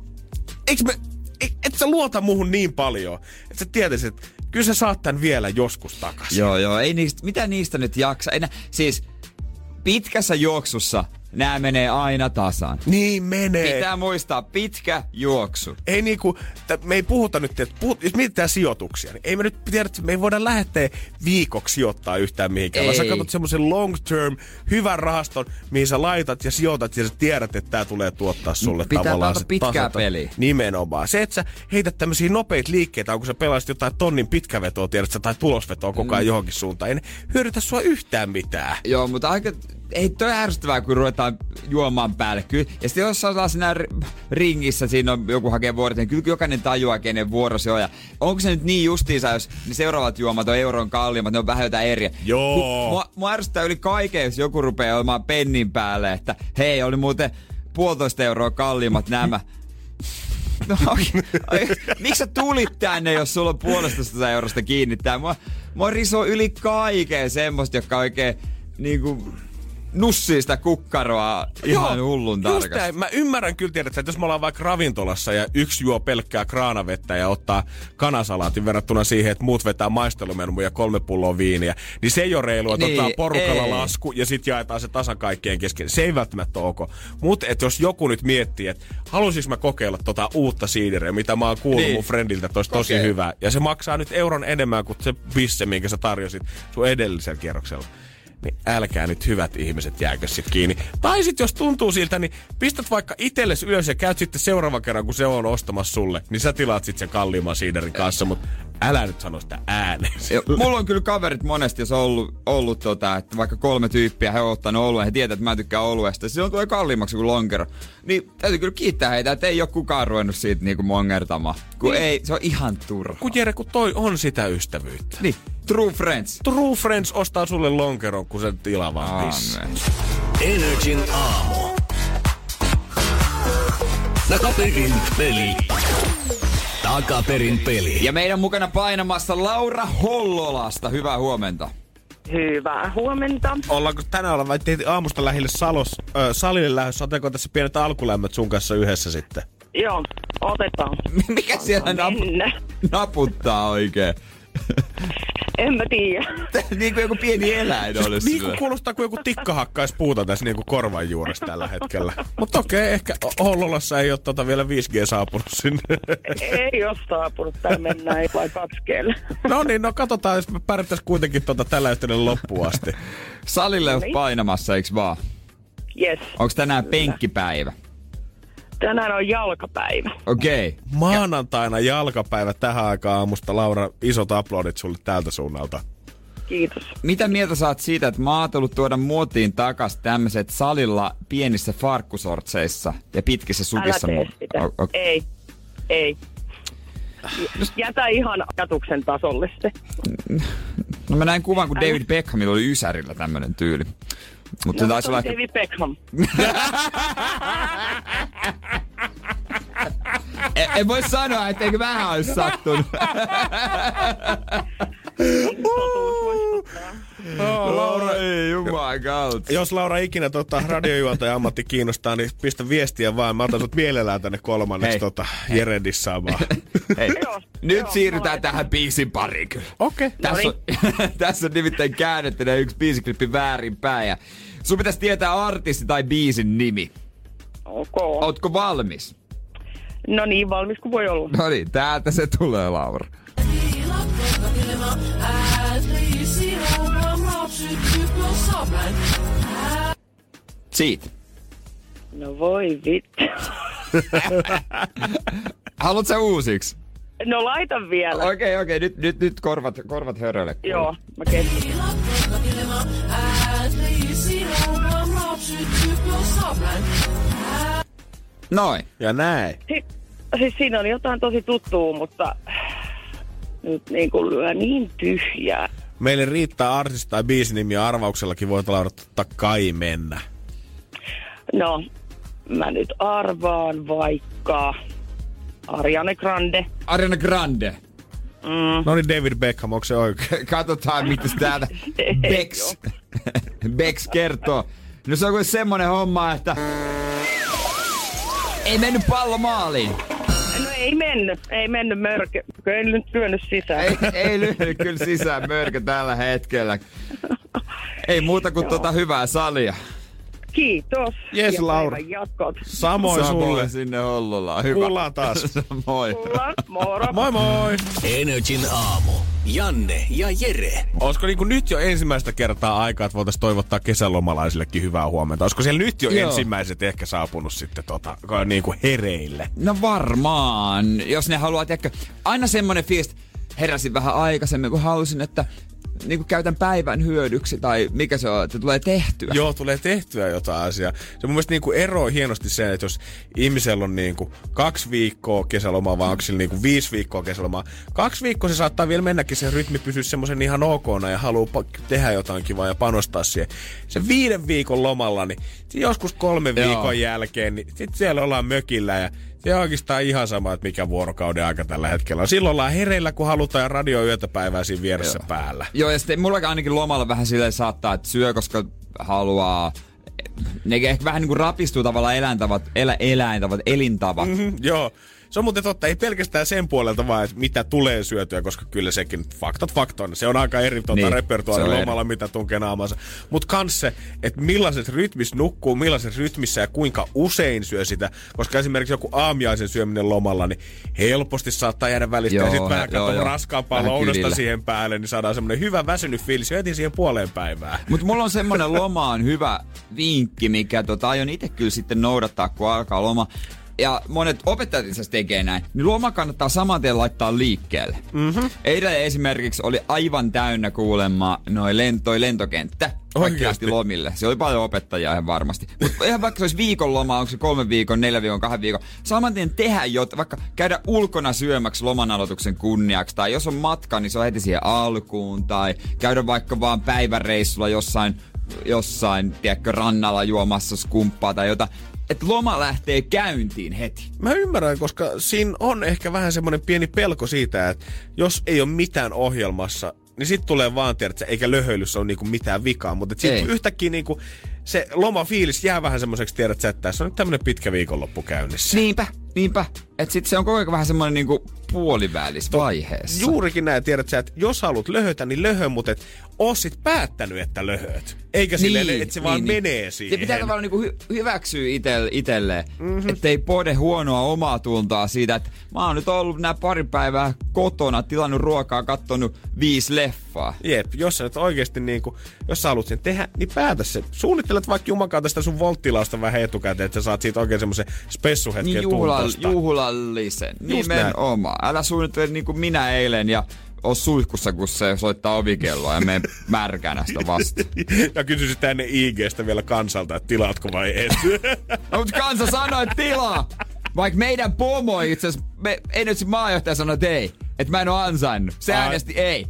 Speaker 4: eikö me, et, et sä luota muhun niin paljon, että sä tietäisit, että kyllä sä saat tän vielä joskus takaisin.
Speaker 5: Joo, joo. Ei niistä, mitä niistä nyt jaksa? Ei nä, siis pitkässä juoksussa nää menee aina tasan.
Speaker 4: Niin menee.
Speaker 5: Pitää muistaa, pitkä juoksu.
Speaker 4: Ei niinku, t- me ei puhuta nyt, että puhut, jos mietitään sijoituksia, niin ei me nyt tiedä, että me ei voida lähettää viikoksi sijoittaa yhtään mihinkään. Vaan sä katsot semmoisen long term, hyvän rahaston, mihin sä laitat ja sijoitat ja sä tiedät, että tää tulee tuottaa sulle
Speaker 5: pitää
Speaker 4: tavallaan.
Speaker 5: Pitää pitkää tasata. Peliä.
Speaker 4: Nimenomaan. Se, että sä heität tämmöisiä nopeita liikkeitä, kun sä pelaisit jotain tonnin pitkävetoa, tiedät sä, tai tulosvetoa koko ajan mm. johonkin suuntaan. Ei ne hyödytä sua yhtään mitään.
Speaker 5: Joo, mutta aika... Ei toi ärsyttävää, kun ruvetaan juomaan päälle. Kyllä. Ja sitten jos ollaan siinä ringissä, siinä on joku hakee vuorot, niin kyllä jokainen tajuaa, kenen vuoro se on. Ja onko se nyt niin justiinsa, jos ne seuraavat juomat on euron kalliimmat, ne on vähän jotain eriä.
Speaker 4: Joo.
Speaker 5: Mua, mua ärsyttää yli kaiken, jos joku rupeaa olemaan pennin päälle, että hei, oli muuten puolitoista euroa kalliimmat nämä. No, miksi sä tulit tänne, jos sulla on puolesta eurosta kiinni? Tää mua, mua risoo yli kaiken semmoista, jotka oikein niinku nussii sitä kukkaroa ihan Joo, hullun tarkasti.
Speaker 4: Mä ymmärrän kyllä, tiedät, että jos me ollaan vaikka ravintolassa ja yksi juo pelkkää kraanavettä ja ottaa kanasalaatin verrattuna siihen, että muut vetää maistelumenumuja ja kolme pulloa viiniä, niin se ei ole reilua, että niin, ottaa porukalla ei. lasku ja sit jaetaan se tasan kaikkien kesken. Se ei välttämättä ole ok. Mutta jos joku nyt miettii, että haluaisinko mä kokeilla tota uutta siideriä, mitä mä oon kuullut niin. mun friendiltä, että olisi tosi hyvä. Ja se maksaa nyt euron enemmän kuin se pisse, minkä sä tarjosit sun edellisellä kierroksella. Niin älkää nyt hyvät ihmiset jääkö sit kiinni. Tai sit jos tuntuu siltä, niin pistät vaikka itsellesi ylös ja käyt sitten seuraava kerran, kun se on ostamassa sulle. Niin sä tilaat sit sen kalliimman siiderin kanssa, mutta älä nyt sano sitä ääneen.
Speaker 5: Mulla on kyllä kaverit monesti, jos on ollut, ollut tota, että vaikka kolme tyyppiä, he on ottanut oluen, he tietää, että mä tykkään oluesta. Se on tulee kalliimmaksi kuin lonkero. Niin täytyy kyllä kiittää heitä, että ei ole kukaan ruvennut siitä niinku mongertamaan. Kun niin. ei, se on ihan turha.
Speaker 4: Kun Jere, kun toi on sitä ystävyyttä.
Speaker 5: Niin. True Friends.
Speaker 4: True Friends ostaa sulle lonkeron, kun se tilaa vaan pissää.
Speaker 3: Energin aamu. Takaperin peli. Takaperin peli.
Speaker 5: Ja meidän mukana painamassa Laura Hollolasta. Hyvää huomenta.
Speaker 7: Hyvää huomenta.
Speaker 4: Ollaanko tänään olla vai tehtiin aamusta lähille salos, äh, salille lähdössä? Otetaanko tässä pienet alkulämmöt sun kanssa yhdessä sitten?
Speaker 7: Joo, otetaan.
Speaker 5: Mikä siellä napu- naputtaa oikein?
Speaker 7: En mä tiedä.
Speaker 5: Niin kuin joku pieni eläin siis olisi.
Speaker 4: Niin kuin kuulostaa, kun joku tikka hakkaisi puuta tässä niin kuin korvan juuressa tällä hetkellä. Mutta okei, okay, ehkä Hollolassa ei ole tota vielä viisi G saapunut sinne.
Speaker 7: Ei ole saapunut. Täällä mennään vai kaksi G:llä.
Speaker 4: No niin, no katsotaan, jos me pärjättäisiin kuitenkin tota tällä yhteydellä loppuun asti.
Speaker 5: Salille olet painamassa, eiks vaan?
Speaker 7: Yes.
Speaker 5: Onko tänään penkkipäivä?
Speaker 7: Tänään on jalkapäivä.
Speaker 5: Okei. Okay.
Speaker 4: Maanantaina jalkapäivä tähän aikaan aamusta. Laura, isot aplodit sulle täältä suunnalta.
Speaker 7: Kiitos.
Speaker 5: Mitä mieltä saat siitä, että mä oon ajatellut tuoda muotiin takas tämmöiset salilla pienissä farkkusortseissa ja pitkissä sukissa?
Speaker 7: Älä tee sitä. O- okay. Ei. Ei. Jätä ihan ajatuksen tasolle se.
Speaker 5: No mä näin kuvan, kun Älä. David Beckhamilla oli ysärillä tämmönen tyyli. Mutta
Speaker 7: no,
Speaker 5: taisi olla...
Speaker 7: David Beckham.
Speaker 5: en, en voi sanoa, etteikö vähän olisi sattunut.
Speaker 4: Oh, Laura,
Speaker 5: ei jumakauts.
Speaker 4: Jos Laura ikinä tota, radiojuontaja ammatti kiinnostaa, niin pistä viestiä vaan. Mä otan sut mielellään tänne kolmanneksi tota, Jere dissaamaan.
Speaker 5: Hei, nyt siirrytään tähän biisin pariin kyllä.
Speaker 4: Okei. Okay.
Speaker 5: Tässä, on, tässä on nimittäin käännettynä yksi biisiklippi väärinpäin. Ja sun pitäisi tietää artisti tai biisin nimi.
Speaker 7: Ok.
Speaker 5: Ootko valmis?
Speaker 7: No niin, valmis kuin voi olla.
Speaker 5: No niin, täältä se tulee, Laura. Siitä.
Speaker 7: No voi vittu.
Speaker 5: Haluatko sä uusiksi?
Speaker 7: No laita vielä.
Speaker 5: Okei, okay, okei. Okay. Nyt, nyt, nyt korvat, korvat hörölle.
Speaker 7: Joo, mä keskityn.
Speaker 5: Noin.
Speaker 4: Ja näin.
Speaker 7: Si- siis siinä on jotain tosi tuttua, mutta nyt niin kuin lyö niin tyhjää.
Speaker 4: Meille riittää artisti tai biisinimi ja arvauksellakin voit Laura totta kai mennä.
Speaker 7: No, mä nyt arvaan vaikka Ariana Grande.
Speaker 5: Ariana Grande.
Speaker 7: Mm.
Speaker 4: No niin, David Beckham, onko se oikein?
Speaker 5: Katsotaan, mitä täältä Bex, Bex kertoo. No se on kuin semmonen homma, että ei mennyt pallo maaliin.
Speaker 7: No ei mennyt, ei mennyt mörkö. Ei nyt lyönyt sisään.
Speaker 5: Ei, ei lyönyt kyllä sisään mörkö tällä hetkellä. Ei muuta kuin tota hyvää salia.
Speaker 7: Kiitos.
Speaker 4: Jes, Laura. Samoin, Samoin sulle.
Speaker 5: Sinne Hollolaan. Hyvä.
Speaker 4: Kuullaan taas.
Speaker 5: Moi.
Speaker 7: Kuullaan. Moro.
Speaker 4: Moi moi.
Speaker 3: Energin aamu. Janne ja Jere.
Speaker 4: Olisiko niinku nyt jo ensimmäistä kertaa aikaa, että voitaisiin toivottaa kesälomalaisillekin hyvää huomenta? Olisiko siellä nyt jo Joo. ensimmäiset ehkä saapunut sitten tota, niinku hereille?
Speaker 5: No varmaan. Jos ne haluaa, ehkä aina semmonen fiilis, heräsin vähän aikaisemmin, kun halusin, että niinku käytän päivän hyödyksi, tai mikä se on, että tulee tehtyä.
Speaker 4: Joo, tulee tehtyä jotain asiaa. Se mun mielestä niinku eroo hienosti se, että jos ihmisellä on niinku kaksi viikkoa kesälomaa, vai onko sillä niinku viisi viikkoa kesälomaa. Kaksi viikkoa se saattaa vielä mennäkin, se rytmi pysyä semmoisen ihan okona ja haluaa tehdä jotain kivaa ja panostaa siihen. Se viiden viikon lomalla, niin joskus kolmen Joo. viikon jälkeen, niin sit siellä ollaan mökillä ja Se on oikeastaan ihan sama, että mikä vuorokauden aika tällä hetkellä on. Silloin ollaan hereillä, kun halutaan, ja radio yötä päivää siinä vieressä Joo. päällä.
Speaker 5: Joo, ja sitten mulla ainakin lomalla vähän silleen saattaa, että syö, koska haluaa... Ne ehkä vähän niin kuin rapistuu tavallaan eläintavat, elä, eläintavat, elintavat.
Speaker 4: Mm-hmm, joo. Se on muuten totta, ei pelkästään sen puolelta vaan, että mitä tulee syötyä, koska kyllä sekin faktat faktoina. Se on aika eri tuota niin, repertuaari lomalla, mitä tunkee naamansa. Mutta kans se, että millaisessa rytmissä nukkuu, millaisessa rytmissä ja kuinka usein syö sitä. Koska esimerkiksi joku aamiaisen syöminen lomalla, niin helposti saattaa jäädä välistä. Joo, ja sitten vähän katsotaan raskaampaa lounasta siihen päälle, niin saadaan semmoinen hyvä väsynyt fiilis heti siihen puoleen päivään.
Speaker 5: Mutta mulla on semmoinen lomaan hyvä vinkki, mikä tota, aion itse kyllä sitten noudattaa, kun alkaa loma. Ja monet opettajat itse asiassa tekee näin. Niin loma kannattaa saman tien laittaa liikkeelle. Mm-hmm. Eilen esimerkiksi oli aivan täynnä kuulemma noi lentoi lentokenttä. Oikeasti lomille. Se oli paljon opettajia ihan varmasti. Mutta ihan vaikka se olisi viikon loma, onko se kolme viikon, neljä viikon, kahden viikon. Saman tien tehdä jotain, vaikka käydä ulkona syömäksi loman aloituksen kunniaksi. Tai jos on matka, niin se on heti siihen alkuun. Tai käydä vaikka vaan päiväreissulla jossain, jossain tiedätkö, rannalla juomassa skumppaa tai jotain. Että loma lähtee käyntiin heti.
Speaker 4: Mä ymmärrän, koska siinä on ehkä vähän semmoinen pieni pelko siitä, että jos ei ole mitään ohjelmassa, niin sit tulee vaan tiedätkö, eikä löhöilyssä ole niinku mitään vikaa. Mutta sitten yhtäkkiä niinku se lomafiilis jää vähän semmoiseksi, tiedätkö, että tässä on nyt tämmönen pitkä viikonloppu käynnissä.
Speaker 5: Niinpä, niinpä. Että sit se on koko ajan vähän semmoinen niinku puolivälisvaiheessa.
Speaker 4: Juurikin näin, tiedätkö, että jos haluat löhötä, niin löhö, mutta et oo sit päättänyt, että löhöt. Eikä niin, silleen, että se niin, vaan niin. menee siihen.
Speaker 5: Se pitää tavallaan niinku hy- hyväksyä itelle, itselleen, mm-hmm. ettei pode huonoa omaa tuntoa siitä, että mä oon nyt ollut nää pari päivää kotona, tilannut ruokaa, kattonut viisi leffaa.
Speaker 4: Jep, jos sä nyt oikeesti niinku, jos sä haluat sen tehdä, niin päätä se. Suunnittelet vaikka jumakaan tästä sun volttilausta vähän etukäteen, että sä saat siitä oikein semmosen spessuhetken
Speaker 5: niin
Speaker 4: tuntosta.
Speaker 5: Juhlallisen, nimenomaan. Älä suunnittele niin kuin minä eilen ja oo suihkussa, kun se soittaa ovikelloa ja mene märkänä sitä vasta.
Speaker 4: Ja kysyisit tänne I G:stä vielä kansalta, että tilaatko vai et.
Speaker 5: No, mutta kansa sanoi, että tilaa. Vaikka meidän pomo itse asiassa, ei nyt se maajohtaja sanoi, että ei. Että mä en oo ansainnut. Se äänesti ei.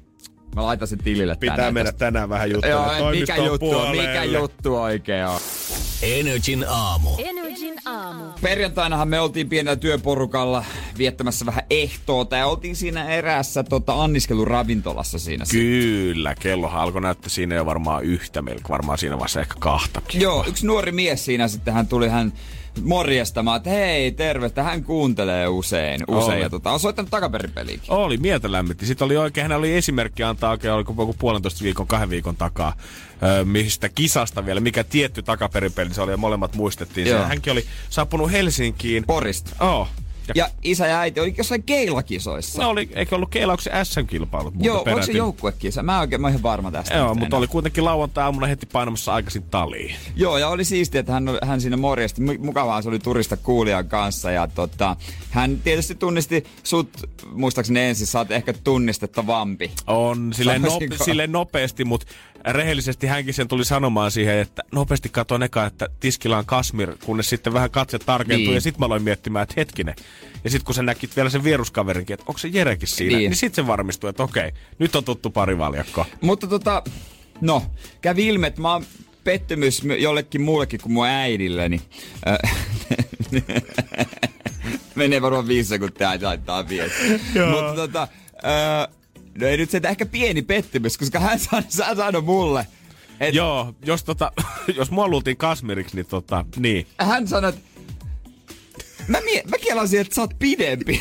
Speaker 5: Mä laitan sen tilille
Speaker 4: Pitää
Speaker 5: tänään.
Speaker 4: Pitää mennä tänään vähän juttua.
Speaker 5: Joo, mikä juttu on, mikä juttu oikein on.
Speaker 3: Energin aamu.
Speaker 6: Energin aamu.
Speaker 5: Perjantainahan me oltiin pienellä työporukalla viettämässä vähän ehtoota ja oltiin siinä eräässä tota, anniskeluravintolassa siinä.
Speaker 4: Kyllä, kellohan alkoi näyttää siinä jo varmaan yhtä, melkein varmaan siinä vaiheessa ehkä kahtakin.
Speaker 5: Joo, yksi nuori mies siinä sitten, hän tuli hän morjestamaan, että hei, terve, että hän kuuntelee usein, usein ja tota, on soittanut takaperipeliäkin.
Speaker 4: Oli, mieltä lämmitti. Sitten oli oikein, hän oli esimerkki antaa oikein, oliko joku puolentoista viikon, kahden viikon takaa, ö, mistä kisasta vielä, mikä tietty takaperipeli se oli ja molemmat muistettiin. Se, hänkin oli saapunut Helsinkiin.
Speaker 5: Porista.
Speaker 4: Oh.
Speaker 5: Ja, ja isä ja äiti oli jossain keilakisoissa.
Speaker 4: No oli, eikö ollut keilauksen S M-kilpailut?
Speaker 5: Joo, oliko se joukkuekisa? Mä, oikein, mä oon ihan varma tästä.
Speaker 4: Joo, mutta enää. Oli kuitenkin lauantai-aamuna heti painamassa aikaisin taliin.
Speaker 5: Joo, ja oli siistiä, että hän, hän siinä morjasti. Mukavaa se oli turista kuulijan kanssa. Ja tota, hän tietysti tunnisti sut, muistaakseni ensin, sä oot ehkä tunnistettavampi.
Speaker 4: On, silleen, no, silleen nopeasti, mutta rehellisesti hänkin sen tuli sanomaan siihen, että nopeasti katsoin eka, että tiskillä on Kasmir, kunnes sitten vähän katse tarkentui. Niin. Ja sit mä aloin miettimään, että hetkinen. Ja sit kun sä näkit vielä sen vieruskaverinkin, että onko se Jerekin siinä, niin, niin sit se varmistui, että okei, nyt on tuttu parivaljakko.
Speaker 5: Mutta tota, no, kävi ilme, että mä oon pettymys jollekin muullekin kuin mun äidilleni. Menee varmaan viisi sekuntia, äiti laittaa viestiä. Mutta tota, no ei nyt se ehkä pieni pettymys, koska hän sanoi mulle. Et,
Speaker 4: joo, jos tota, jos mua luultiin Kasmiriksi, niin tota, niin.
Speaker 5: Hän sanoi, että Mä, mie- mä kelasin, että sä oot pidempi.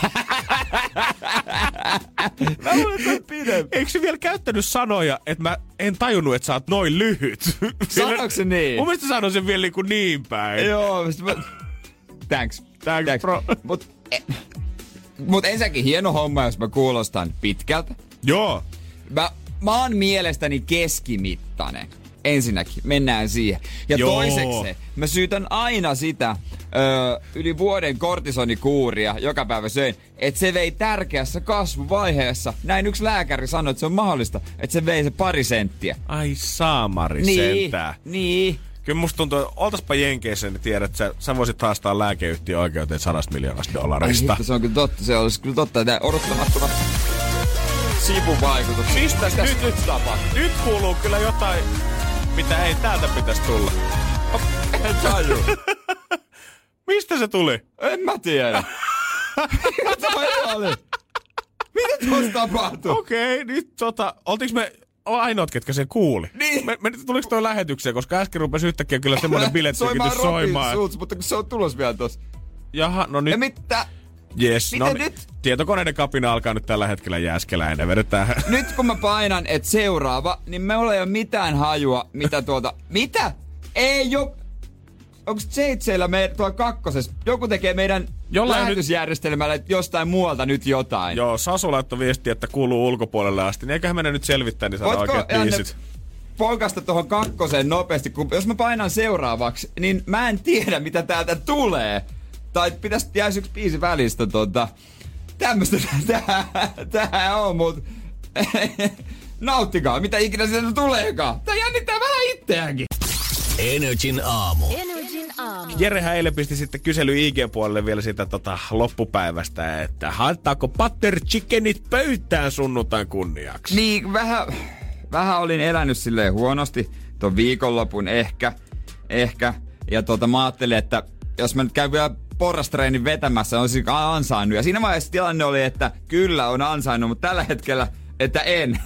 Speaker 4: Mä luulen, että oot pidempi. Eikö se vielä käyttänyt sanoja, että mä en tajunnut, että sä oot noin lyhyt?
Speaker 5: Sanoiko se niin?
Speaker 4: Mun mielestä sanoi sen vielä niin, kuin niin päin.
Speaker 5: Joo, mä... Thanks.
Speaker 4: Thanks, Thanks. bro.
Speaker 5: Mut, e- mut ensinnäkin hieno homma, jos mä kuulostan pitkältä.
Speaker 4: Joo.
Speaker 5: Mä, mä oon mielestäni keskimittainen. Ensinnäkin, mennään siihen. Ja Joo. toiseksi, mä syytän aina sitä öö, yli vuoden kortisonikuuria, joka päivä söin, että se vei tärkeässä kasvuvaiheessa. Näin yksi lääkäri sanoi, että se on mahdollista, että se vei se pari senttiä.
Speaker 4: Ai saamari
Speaker 5: niin,
Speaker 4: sentää.
Speaker 5: Niin.
Speaker 4: Kyllä musta tuntuu, että oltaspa Jenkeissä, niin tiedät, että sä, sä voisit haastaa lääkeyhtiön oikeuteen sadasta miljoonasta dollarista.
Speaker 5: Ai, se on kyllä totta, se olisi kyllä totta, että odottamattomat sivuvaikutukset.
Speaker 4: Mistä nyt, nyt tapahtuu? Nyt kuuluu kyllä jotain, mitä ei täältä pitäisi tulla.
Speaker 5: En taju.
Speaker 4: mistä se tuli?
Speaker 5: En mä tiedä. Mitä toi oli? Mitä tuossa tapahtui?
Speaker 4: Okei, okay, nyt tota, oltiinko me ainoat, ketkä sen kuuli?
Speaker 5: Niin.
Speaker 4: Me, me, tuliko toi lähetykseen, koska äsken rupesi yhtäkkiä kyllä semmoinen bilettykitys soimaan.
Speaker 5: Schulz, mutta kun se on tulos vielä tossa.
Speaker 4: Jaha, no nyt.
Speaker 5: Ja mitä?
Speaker 4: Yes,
Speaker 5: Miten
Speaker 4: no
Speaker 5: nyt?
Speaker 4: Tietokoneiden kapina alkaa nyt tällä hetkellä jääskellä ja ne vedetään.
Speaker 5: Nyt kun mä painan, että seuraava, niin me ei ole mitään hajua, mitä tuolta... Mitä? Ei jo... Onks J-Jllä me tuolla kakkosessa? Joku tekee meidän
Speaker 4: Jollain
Speaker 5: lähetysjärjestelmällä nyt... jostain muualta nyt jotain.
Speaker 4: Joo, Sasu laittoi viestiä, että kuuluu ulkopuolelle asti. Niin eiköhän mennä nyt selvittää, niin saadaan oikeat biisit.
Speaker 5: Poikasta tuohon kakkoseen nopeasti, kun jos mä painan seuraavaksi, niin mä en tiedä, mitä täältä tulee. Tai pitäisi jäisi yksi biisi välistä tota... Tämmöstä tää, tää on, mut... Nauttikaa, mitä ikinä sieltä tuleekaan. Tää jännittää vähän itseäänkin.
Speaker 3: Energin aamu.
Speaker 6: Energin aamu.
Speaker 4: Jerehän eilen pisti sitten kysely I G-puolelle vielä sitä tota, loppupäivästä, että haettaako butter chickenit pöytään sunnuntain kunniaksi?
Speaker 5: Niin, vähän, vähän olin elänyt silleen huonosti ton viikonlopun ehkä, ehkä. Ja tota mä ajattelin, että jos mä nyt käyn vielä porrastreenin vetämässä, on siis ansainnut. Ja siinä vaiheessa tilanne oli, että kyllä on ansainnut, mutta tällä hetkellä, että en.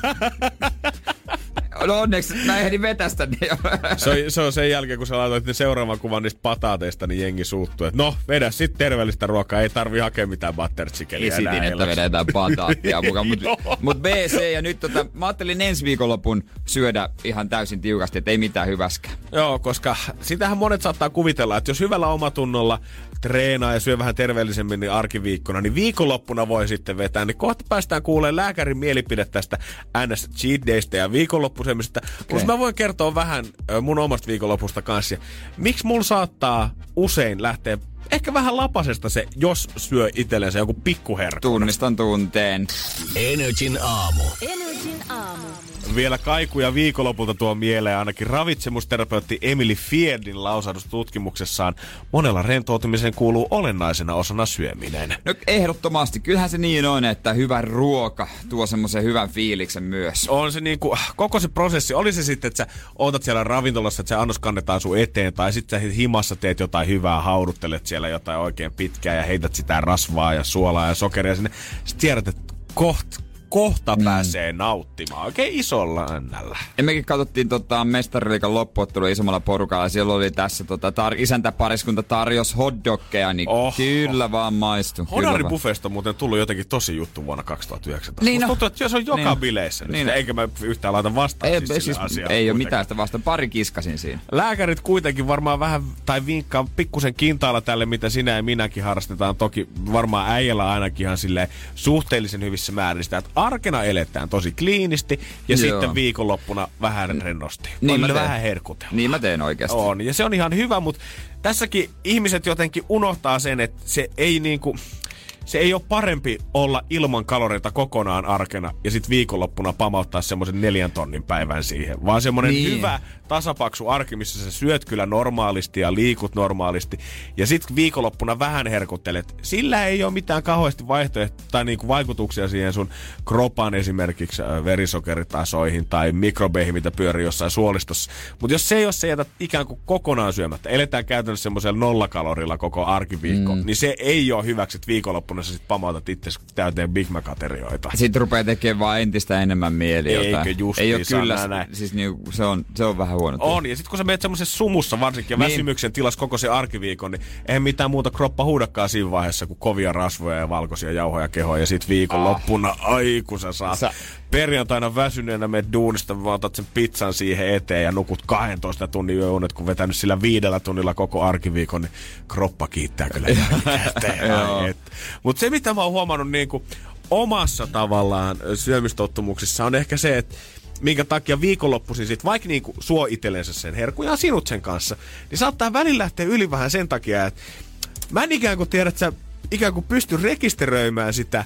Speaker 5: No onneksi mä ehdin vetästä. Niin
Speaker 4: se, on, se on sen jälkeen, kun sä laitoit ne seuraavan kuvan niistä pataateista, niin jengi suuttuu. Että no, vedä sit terveellistä ruokaa, ei tarvi hakea mitään butter chickenia.
Speaker 5: Esitin, että vedetään pataattia mukaan. Mutta mut B C ja nyt tota, mä ajattelin ensi viikonlopun syödä ihan täysin tiukasti, että ei mitään hyväskään.
Speaker 4: Joo, koska sitähän monet saattaa kuvitella, että jos hyvällä omatunnolla treenaa ja syö vähän terveellisemmin niin arkiviikkona, niin viikonloppuna voi sitten vetää. Niin kohta päästään kuulemaan lääkärin mielipide tästä N S Cheat Daystä ja viikonloppuisemmista. Okay. Mutta mä voin kertoa vähän mun omasta viikonlopusta kanssa. Miksi mulla saattaa usein lähteä ehkä vähän lapasesta se, jos syö itsellensä joku pikkuherkku.
Speaker 5: Tunnistan tunteen.
Speaker 3: Energin aamu.
Speaker 6: Energin aamu.
Speaker 4: Vielä kaikuja viikonlopulta tuo mieleen ainakin ravitsemusterapeutti Emily Fierdin lausahdus tutkimuksessaan. Monella rentoutumiseen kuuluu olennaisena osana syöminen.
Speaker 5: No ehdottomasti. Kyllähän se niin on, että hyvä ruoka tuo semmoisen hyvän fiiliksen myös.
Speaker 4: On se niinku, koko se prosessi, oli se sitten, että sä ootat siellä ravintolassa, että se annos kannetaan sun eteen, tai sitten sä himassa teet jotain hyvää, hauduttelet siellä jotain oikein pitkää ja heität sitä rasvaa ja suolaa ja sokeria sinne. Sitten tiedät, että kohta Kohta mm. pääsee nauttimaan oikein isolla ännällä.
Speaker 5: Ja mekin katsottiin tota, mestariliigan loppuottelua isommalla porukalla. Ja siellä oli tässä tota, tar- isäntäpariskunta tarjos hotdogkeja, niin oh, kyllä oh. vaan maistu.
Speaker 4: Hodari-buffeesta on muuten tullut jotenkin tosi juttu vuonna kaksituhattayhdeksäntoista.
Speaker 5: Niin
Speaker 4: Musta no. tuntuu, että se on joka niin bileissä. Niin eikä mä yhtään laita vastaan
Speaker 5: ei,
Speaker 4: siis
Speaker 5: siis
Speaker 4: asiaan.
Speaker 5: Ei ole mitään sitä vastaan. Pari kiskasin siinä.
Speaker 4: Lääkärit kuitenkin varmaan vähän, tai vinkkaa pikkusen kintaalla tälle, mitä sinä ja minäkin harrastetaan. Toki varmaan äijällä ainakin ihan silleen suhteellisen hyvissä määrin sitä, että arkena eletään tosi kliinisti ja Joo. sitten viikonloppuna vähän rennosti.
Speaker 5: Niin
Speaker 4: on vähän herkutella.
Speaker 5: Niin mä teen oikeasti.
Speaker 4: On, ja se on ihan hyvä, mutta tässäkin ihmiset jotenkin unohtaa sen, että se ei niinku... Se ei ole parempi olla ilman kaloreita kokonaan arkena ja sitten viikonloppuna pamauttaa semmoisen neljän tonnin päivän siihen. Vaan semmoinen niin. hyvä tasapaksu arki, missä sä syöt kyllä normaalisti ja liikut normaalisti. Ja sitten viikonloppuna vähän herkuttelet. Sillä ei ole mitään kauheasti vaihtoehtoja tai niinku vaikutuksia siihen sun kropan esimerkiksi verisokeritasoihin tai mikrobeihin, mitä pyörii jossain suolistossa. Mutta jos se ei ole se, jätät ikään kuin kokonaan syömättä, eletään käytännössä semmoisella nollakalorilla koko arkiviikko, mm. niin se ei ole hyväksi, että viikonloppuna sä sit pamautat itse täyteen Big Mac-aterioita.
Speaker 5: Sitten rupeaa tekemään vaan entistä enemmän mieli
Speaker 4: Eikö
Speaker 5: jotain.
Speaker 4: Ei
Speaker 5: ole kyllä, näin. Siis niinku, se, on, se on vähän huono.
Speaker 4: On, ja sitten kun sä menet semmoisessa sumussa varsinkin ja niin. väsymyksen tilas koko se arkiviikon, niin eihän mitään muuta kroppa huudakaan siinä vaiheessa kuin kovia rasvoja ja valkoisia jauhoja kehoja. Ja sit viikon ah. loppuna, ai kun sä saat sä... perjantaina väsyneenä menet duunista, vaan otat sen pizzan siihen eteen ja nukut kahdentoista tunnin yöunet, kun vetänyt sillä viidellä tunnilla koko arkiviikon, niin kroppa kiittää kyllä jälkikäteen. Mutta se, mitä mä oon huomannut niin kuin omassa tavallaan syömistottumuksissa, on ehkä se, että minkä takia viikonloppuisin sit, vaikka niinku suo itsellensä sen herkun ja sinut sen kanssa, niin saattaa välillä lähteä yli vähän sen takia, että mä en ikään kuin tiedä, että sä ikään kuin pysty rekisteröimään sitä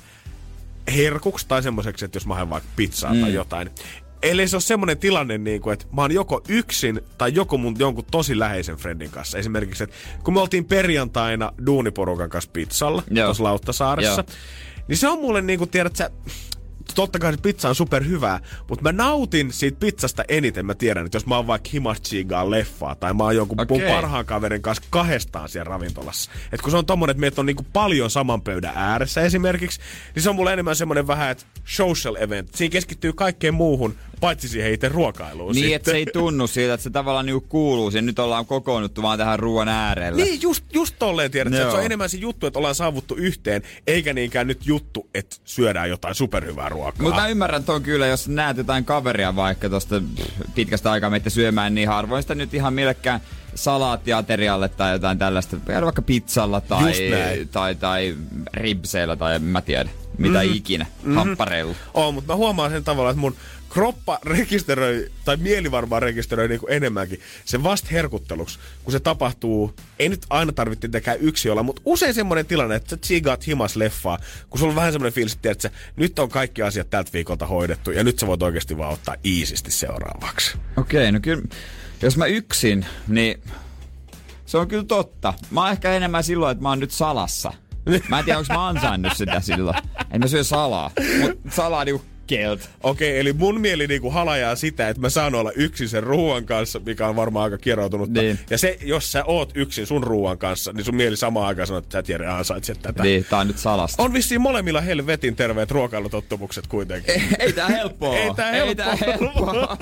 Speaker 4: herkuksi tai semmoiseksi, että jos mä haen vaikka pizzaa mm. tai jotain. Eli se on semmoinen tilanne, niin kuin, että mä oon joko yksin tai joko mun jonkun tosi läheisen friendin kanssa. Esimerkiksi, että kun me oltiin perjantaina duuniporukan kanssa pizzalla tuossa Lauttasaaressa, Joo. niin se on mulle niin kuin tiedät sä, totta kai se pizza on superhyvää, mutta mä nautin siitä pizzasta eniten. Mä tiedän, että jos mä oon vaikka himaschigaan leffaa tai mä oon jonkun okay. mun parhaan kaverin kanssa kahdestaan siellä ravintolassa. Et kun se on tommonen, että meitä on niinku paljon saman pöydän ääressä esimerkiksi, niin se on mulle enemmän semmonen vähän, että social event. Siinä keskittyy kaikkeen muuhun, paitsi siihen itse ruokailuun.
Speaker 5: Niin, että se ei tunnu siitä, että se tavallaan niinku kuuluu siihen. Nyt ollaan kokoonnuttu vaan tähän ruoan äärelle.
Speaker 4: Niin, just, just tolleen tiedät. Se on enemmän se juttu, että ollaan saavuttu yhteen, eikä niinkään nyt juttu, että syödään jotain superhyvää ruokaa.
Speaker 5: Mutta mä ymmärrän ton kyllä, jos näet jotain kaveria vaikka tosta pitkästä aikaa meitä syömään, niin harvoin sitä nyt ihan millekään salaattiaterialle tai jotain tällaista. Vaikka pizzalla tai, tai, tai ribseillä tai en mä tiedä. Mitä mm-hmm. ikinä, mm-hmm. hamppareilla.
Speaker 4: Oo, mutta mä huomaan sen tavalla, että mun kroppa rekisteröi, tai mieli varmaan rekisteröi niin kuin enemmänkin sen vasta herkutteluksi, kun se tapahtuu, ei nyt aina tarvitse tietenkään yksi olla, mutta usein semmoinen tilanne, että sä tsiigaat himas leffaa, kun sulla on vähän semmoinen fiilis, että tiedät, nyt on kaikki asiat tältä viikolta hoidettu, ja nyt sä voit oikeasti vaan ottaa iisisti seuraavaksi.
Speaker 5: Okei, okay, no kyllä, jos mä yksin, niin se on kyllä totta. Mä oon ehkä enemmän silloin, että mä oon nyt salassa. Mä en tiedä, onko mä ansainnut sitä silloin. En mä syö salaa, mutta salaa niinku kelta.
Speaker 4: Okei, okay, eli mun mieli niinku halajaa sitä, että mä saan olla yksin sen ruuan kanssa, mikä on varmaan aika kieroutunutta. Niin. Ja se, jos sä oot yksin sun ruuan kanssa, niin sun mieli samaan aikaan sanoo, että sä tiedä ansaitset tätä.
Speaker 5: Niin, tää on nyt salasta.
Speaker 4: On vissiin molemmilla helvetin terveet ruokailutottumukset kuitenkin.
Speaker 5: Ei, ei tää helppoa.
Speaker 4: ei tää helppoa.
Speaker 5: Ei tää helppoa.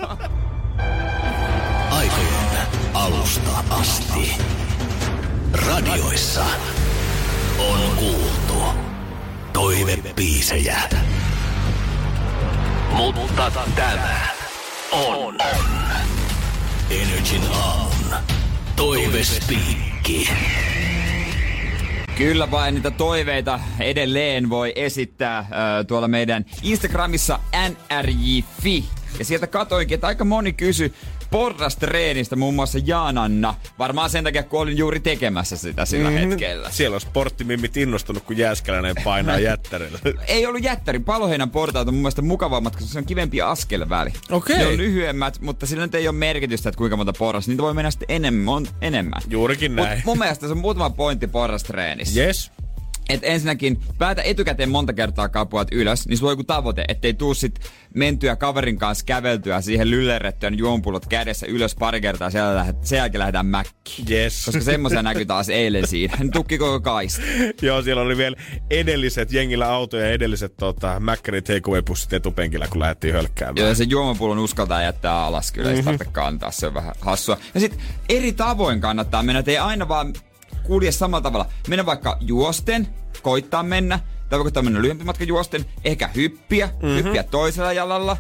Speaker 3: Aikojen alusta asti. Radioissa on kuultu toivebiisejä. Mutta tämä on Energin aamun toivespiikki.
Speaker 5: Kyllä vain niitä toiveita edelleen voi esittää äh, tuolla meidän Instagramissa N R J F I. Ja sieltä katoinkin, että aika moni kysyi porrastreenistä, muun muassa Jaananna. Varmaan sen takia, kun olin juuri tekemässä sitä sillä mm, hetkellä.
Speaker 4: Siellä on sporttimimmit innostunut, kun Jääskeläinen painaa jättärillä.
Speaker 5: Ei ollut jättäri. Paloheinän portaat on mun mielestä mukavammat, koska se on kivempi askelväli.
Speaker 4: Okei. Okay.
Speaker 5: Ne on lyhyemmät, mutta sillä nyt ei ole merkitystä, että kuinka monta porrasta. Niitä voi mennä sitten enemmän. enemmän.
Speaker 4: Juurikin näin.
Speaker 5: Mut mun mielestä se on muutama pointti porrastreenissä.
Speaker 4: Yes.
Speaker 5: Et ensinnäkin päätä etukäteen monta kertaa kapuat ylös, niin sulla on joku tavoite, ettei tuu sit mentyä kaverin kanssa käveltyä siihen lyllerrettyä juomapullot kädessä ylös pari kertaa, sen jälkeen, sen jälkeen lähdetään mäkkiin.
Speaker 4: Yes.
Speaker 5: Koska semmoisia näkyi taas eilen siinä. Tukki koko kaista.
Speaker 4: Joo, siellä oli vielä edelliset jengillä autoja ja edelliset tota, Mäkkärin takeaway-pussit etupenkillä, kun lähdettiin hölkkäämään.
Speaker 5: Joo, se juomapullon uskaltaa jättää alas, kyllä mm-hmm. ei sitä kantaa, se on vähän hassua. Ja sit eri tavoin kannattaa mennä, että ei aina vaan kulje samalla tavalla. Mennä vaikka juosten, koittaa mennä, tai koittaa mennä lyhyempi matka juosten, ehkä hyppiä, mm-hmm. hyppiä toisella jalalla.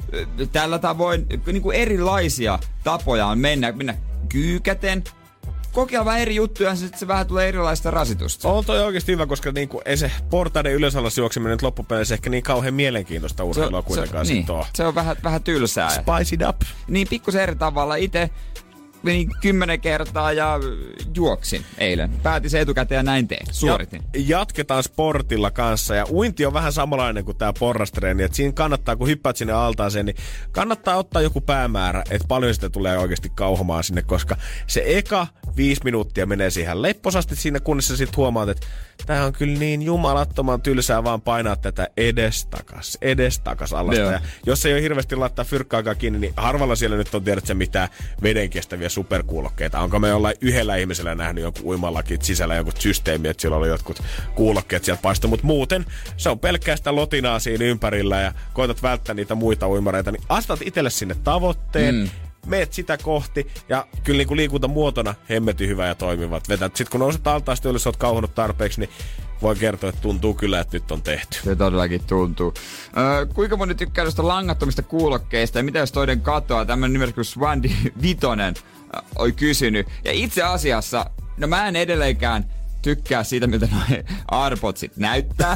Speaker 5: Tällä tavoin niin kuin erilaisia tapoja on mennä, mennä kyykäten. Kokeilla vähän eri juttuja, niin se vähän tulee erilaista rasitusta.
Speaker 4: On toi oikeesti hyvä, koska niinku, ei se portaiden ylösalas juokseminen nyt loppupeleissä ehkä niin kauhean mielenkiintoista urheilua kuitenkaan
Speaker 5: se,
Speaker 4: sit
Speaker 5: niin,
Speaker 4: on.
Speaker 5: Se on vähän, vähän tylsää.
Speaker 4: Spice it up.
Speaker 5: Niin, pikkusen eri tavalla. Itse menin kymmenen kertaa ja juoksin eilen. Päätin se etukäteen ja näin tein. Suoritin.
Speaker 4: Ja jatketaan sportilla kanssa. Ja uinti on vähän samanlainen kuin tää porrastreeni. Että siinä kannattaa, kun hyppäät sinne altaaseen, niin kannattaa ottaa joku päämäärä, että paljon sitä tulee oikeasti kauhomaan sinne, koska se eka viisi minuuttia menee siihen lepposasti siinä, kunnes sä sit huomaat, että tää on kyllä niin jumalattoman tylsää vaan painaa tätä edestakas, edestakas allasta. Ja jos ei ole hirveästi laittaa fyrkkaakaan kiinni, niin harvalla siellä nyt on tiedät se mitään vedenkestäviä superkuulokkeita. Onko me jollain yhdellä ihmisellä nähnyt jonkun uimalakit sisällä jonkun systeemi, että siellä oli jotkut kuulokkeet sieltä paistoi, mutta muuten se on pelkkää sitä lotinaa siinä ympärillä ja koetat välttää niitä muita uimareita, niin asetat itselle sinne tavoitteen, mm. meet sitä kohti ja kyllä niin kuin liikuntamuotona hemmetin hyvä ja toimivat vetät. Sitten kun nouset altaasta ylös, oot kauhunut tarpeeksi, niin voi kertoa, että tuntuu kyllä, että nyt on tehty.
Speaker 5: Se todellakin tuntuu. Öö, kuinka moni tykkää noista langattomista kuulokkeista ja mitä jos toinen katoaa? Tämmönen nimeltä kuin Swandi Vitonen äh, oli kysynyt. Ja itse asiassa, no mä en edelleenkään tykkää siitä, miltä noi AirPodsit näyttää.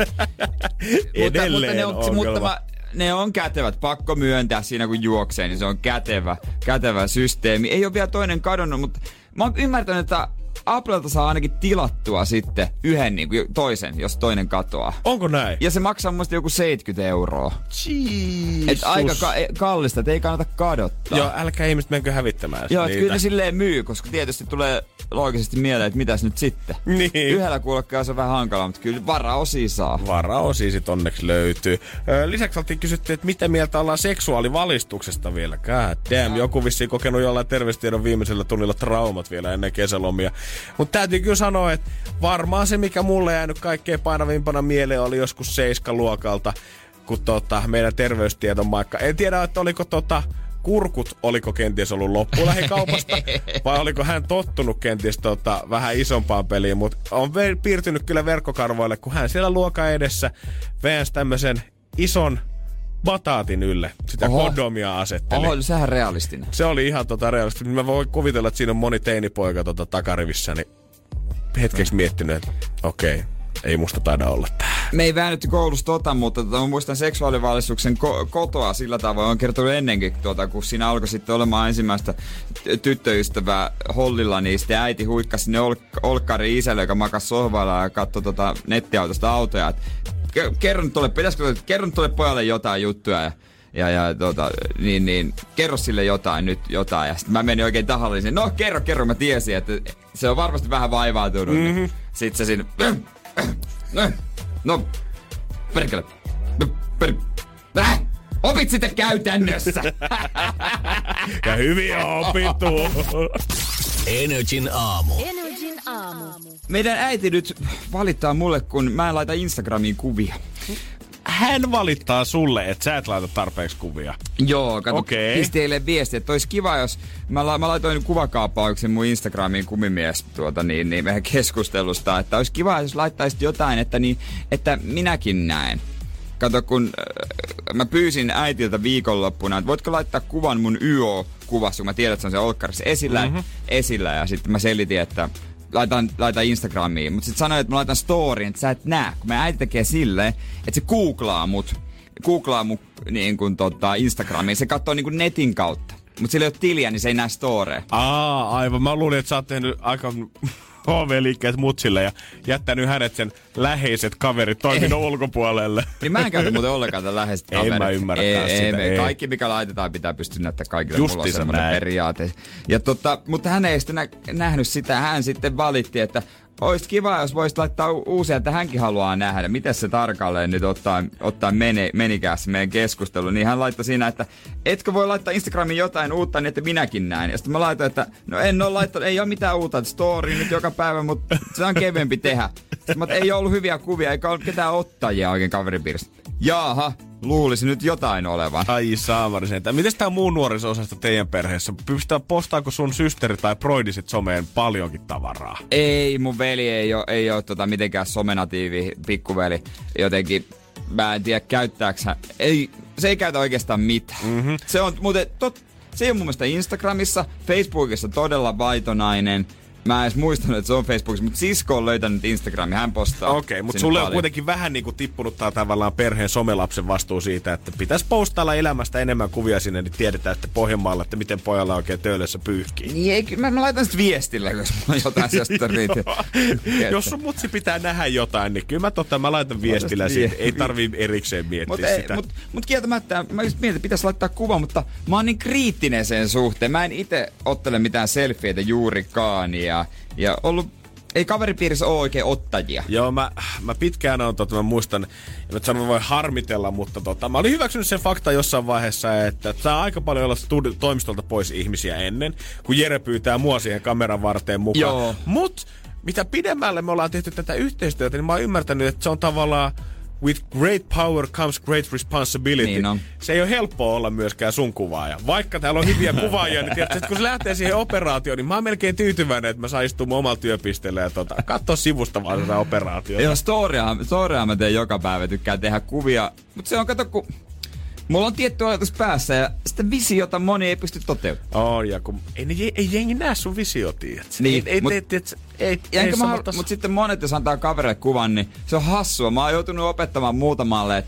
Speaker 4: Edelleen
Speaker 5: mutta, mutta ne on,
Speaker 4: ongelma.
Speaker 5: mutta mä, ne on kätevät, pakko myöntää siinä kun juoksee, niin se on kätevä, kätevä systeemi. Ei ole vielä toinen kadonnut, mutta mä oon ymmärtänyt, että Applelta saa ainakin tilattua sitten yhden niin kuin toisen, jos toinen katoaa.
Speaker 4: Onko näin?
Speaker 5: Ja se maksaa musta joku seitsemänkymmentä euroa.
Speaker 4: Jeesus.
Speaker 5: Et aika ka- kallista, että ei kannata kadottaa.
Speaker 4: Joo, älkää ihmiset menkö hävittämään
Speaker 5: Joo, että
Speaker 4: niitä.
Speaker 5: kyllä ne silleen myy, koska tietysti tulee loogisesti mieleen, että mitäs nyt sitten.
Speaker 4: Niin.
Speaker 5: Yhdellä kuulokkeella se on vähän hankalaa, mutta kyllä varaosia saa.
Speaker 4: Varaosia sit onneksi löytyy. Lisäksi oltiin kysytty, että mitä mieltä ollaan seksuaalivalistuksesta vielä. God damn, joku vissiin kokenut jollain terveystiedon viimeisellä tunnilla traumat vielä ennen kesälomia. Mutta täytyy kyllä sanoa, että varmaan se, mikä mulle jäänyt kaikkein painavimpana mieleen, oli joskus seiskaluokalta, kun tota, meidän terveystiedon maikka. En tiedä, että oliko tota... kurkut, oliko kenties ollut loppu lähikaupasta, vai oliko hän tottunut kenties tota, vähän isompaan peliin, mutta on ver- piirtynyt kyllä verkkokarvoille, kun hän siellä luokan edessä väänsi tämmöisen ison bataatin ylle. Sitä Oho. kondomia asetteli.
Speaker 5: Oho, sehän realistinen.
Speaker 4: Se oli ihan tota realistinen. Mä voin kuvitella, että siinä on moni teinipoika tota, takarivissä, niin hetkeksi miettinyt, että okei. Okay. Ei musta taida olla tää.
Speaker 5: Me ei väännetty koulussa tota, mutta tota, mä muistan seksuaalivalistuksen ko- kotoa sillä tavoin. Olen kertonut ennenkin, tota, kun siinä alkoi sitten olemaan ensimmäistä tyttöystävää hollilla, niin sitten äiti huikkasi sinne ol- olkkari isälle, joka makasi sohvalla ja katsoi tota, nettiautosta autoja. Kerron tuolle, pitäisikö kerron tuolle pojalle jotain juttuja ja Ja, ja tota, niin, niin, kerro sille jotain nyt, jotain. Ja sitten mä menin oikein tahallisen. No, kerro, kerro. Mä tiesin, että se on varmasti vähän vaivautunut. Mm-hmm. Niin. Sitten se siinä... No, perkele. Per, äh, opit sitten käytännössä.
Speaker 4: Ja hyvin opittu.
Speaker 3: Energin aamu.
Speaker 6: Energin aamu.
Speaker 5: Meidän äiti nyt valittaa mulle, kun mä en laita Instagramiin kuvia.
Speaker 4: Hän valittaa sulle, että sä et laita tarpeeksi kuvia.
Speaker 5: Joo, kato,
Speaker 4: okay.
Speaker 5: Pisti eilen viesti, että olisi kiva, jos... Mä, la, mä laitoin kuvakaappauksen mun Instagramiin kumimies tuota niin, niin meidän keskustelusta, että olisi kiva, jos laittaisit jotain, että, niin, että minäkin näen. Kato, kun äh, mä pyysin äitiltä viikonloppuna, että voitko laittaa kuvan mun Y O-kuvassa, kun mä tiedän, että se on se olkkarissa esillä, mm-hmm. esillä ja sitten mä selitin, että... Laitan, laitan Instagramiin, mutta sitten sanoin, että mä laitan storyin, että sä et näe. Kun mä äiti tekee silleen, että se googlaa mut, googlaa mut niin kuin tota Instagramiin. Se katsoo niin kuin netin kautta. Mutta sillä ei ole tiliä, niin se ei näe storeja.
Speaker 4: Aa, aivan. Mä luulin, että sä oot tehnyt aika H V-liikkeet mutsille ja jättänyt hänet sen läheiset kaverit toiminnon ulkopuolelle.
Speaker 5: Niin mä en käytä muuten ollenkaan tämän läheiset kaverit.
Speaker 4: En mä ymmärräkään sitä.
Speaker 5: Ei. Kaikki, mikä laitetaan, pitää pystyä näyttämään kaikille. Mulla on semmoinen periaate. Ja tota, mutta hän ei sitten nä- nähnyt sitä. Hän sitten valitti, että olisi kiva, jos voisit laittaa uusia, että hänkin haluaa nähdä. Miten se tarkalleen nyt ottaa, ottaa meni, menikääs meidän keskustelu. Niin hän laittoi siinä, että etkö voi laittaa Instagramiin jotain uutta, niin että minäkin näen. Ja sitten mä laitoin, että no en ole laittanut, ei ole mitään uutta, story nyt joka päivä, mutta se on kevyempi tehdä. Sitten mä, ei ole ollut hyviä kuvia, eikä ollut ketään ottajia oikein kaveripiirissä. Jaaha, luulisi nyt jotain olevan.
Speaker 4: Ai saamarisen. Miten tää muu nuoriso-osasta teidän perheessä? Pystytään postaako sun systeri tai broidisit someen paljonkin tavaraa?
Speaker 5: Ei, mun veli ei ole, ei ole tota mitenkään somenatiivi pikkuveli. Jotenkin, mä en tiedä käyttääkö hän. Ei, se ei käytä oikeastaan mitään. Mm-hmm. Se on muuten, tot, se ei ole mun mielestä Instagramissa, Facebookissa todella vaitonainen. Mä en edes muistanut, että se on Facebookissa, mutta sisko on löytänyt Instagramin, hän postaa.
Speaker 4: Okei, okay, mutta sulle paljon. On kuitenkin vähän niinku tippunut tää tavallaan perheen somelapsen vastuu siitä, että pitäisi postailla elämästä enemmän kuvia sinne, niin tiedetään sitten Pohjanmaalla, että miten pojalla oikein töölössä pyyhkii.
Speaker 5: Niin ei, mä, mä laitan sit viestillä, jos mulla on jotain sieltä riitin.
Speaker 4: Jos sun mutsi pitää nähdä jotain, niin kyllä mä, totta, mä laitan viestillä vie- siitä. Ei tarvii erikseen miettiä
Speaker 5: mut
Speaker 4: sitä.
Speaker 5: Mutta mut kieltämättä, mä just mietin, että pitäisi laittaa kuva, mutta mä oon niin kriittinen sen suhteen. Mä en itse ottele mitään selfieitä juurikaan ja, ja ollut, ei kaveripiirissä ole oikein ottajia.
Speaker 4: Joo, mä, mä pitkään on, tota, mä muistan, en nyt sano, voi harmitella, mutta tota, mä olin hyväksynyt sen fakta jossain vaiheessa, että saa aika paljon olla studi- toimistolta pois ihmisiä ennen, kun Jere pyytää mua siihen kameran varteen mukaan.
Speaker 5: Joo.
Speaker 4: Mut mitä pidemmälle me ollaan tehty tätä yhteistyötä, niin mä oon ymmärtänyt, että se on tavallaan with great power comes great responsibility.
Speaker 5: Niin on.
Speaker 4: Se ei ole helppoa olla myöskään sun kuvaaja. Vaikka täällä on hyviä kuvaajia, niin tiedätkö, että kun se lähtee siihen operaatioon, niin mä oon melkein tyytyväinen, että mä saan istua omalla työpisteellä ja tota, katsoa sivusta vaan sitä operaatiota.
Speaker 5: Joo, storyaa, storyaa mä teen joka päivä, tykkään tehdä kuvia. Mutta se on, kato, kun mulla on tietty ajatus päässä ja sitä visiota moni ei pysty toteuttamaan.
Speaker 4: Oh, ja kun ei, ei, ei jengi näe sun visio, tiedätkö?
Speaker 5: Niin,
Speaker 4: ei,
Speaker 5: mut,
Speaker 4: ei, ei, ei,
Speaker 5: ei,
Speaker 4: ei
Speaker 5: mutta sitten monet, jos antaa kaverille kuvan, niin se on hassua. Mä oon joutunut opettamaan muutamalle, että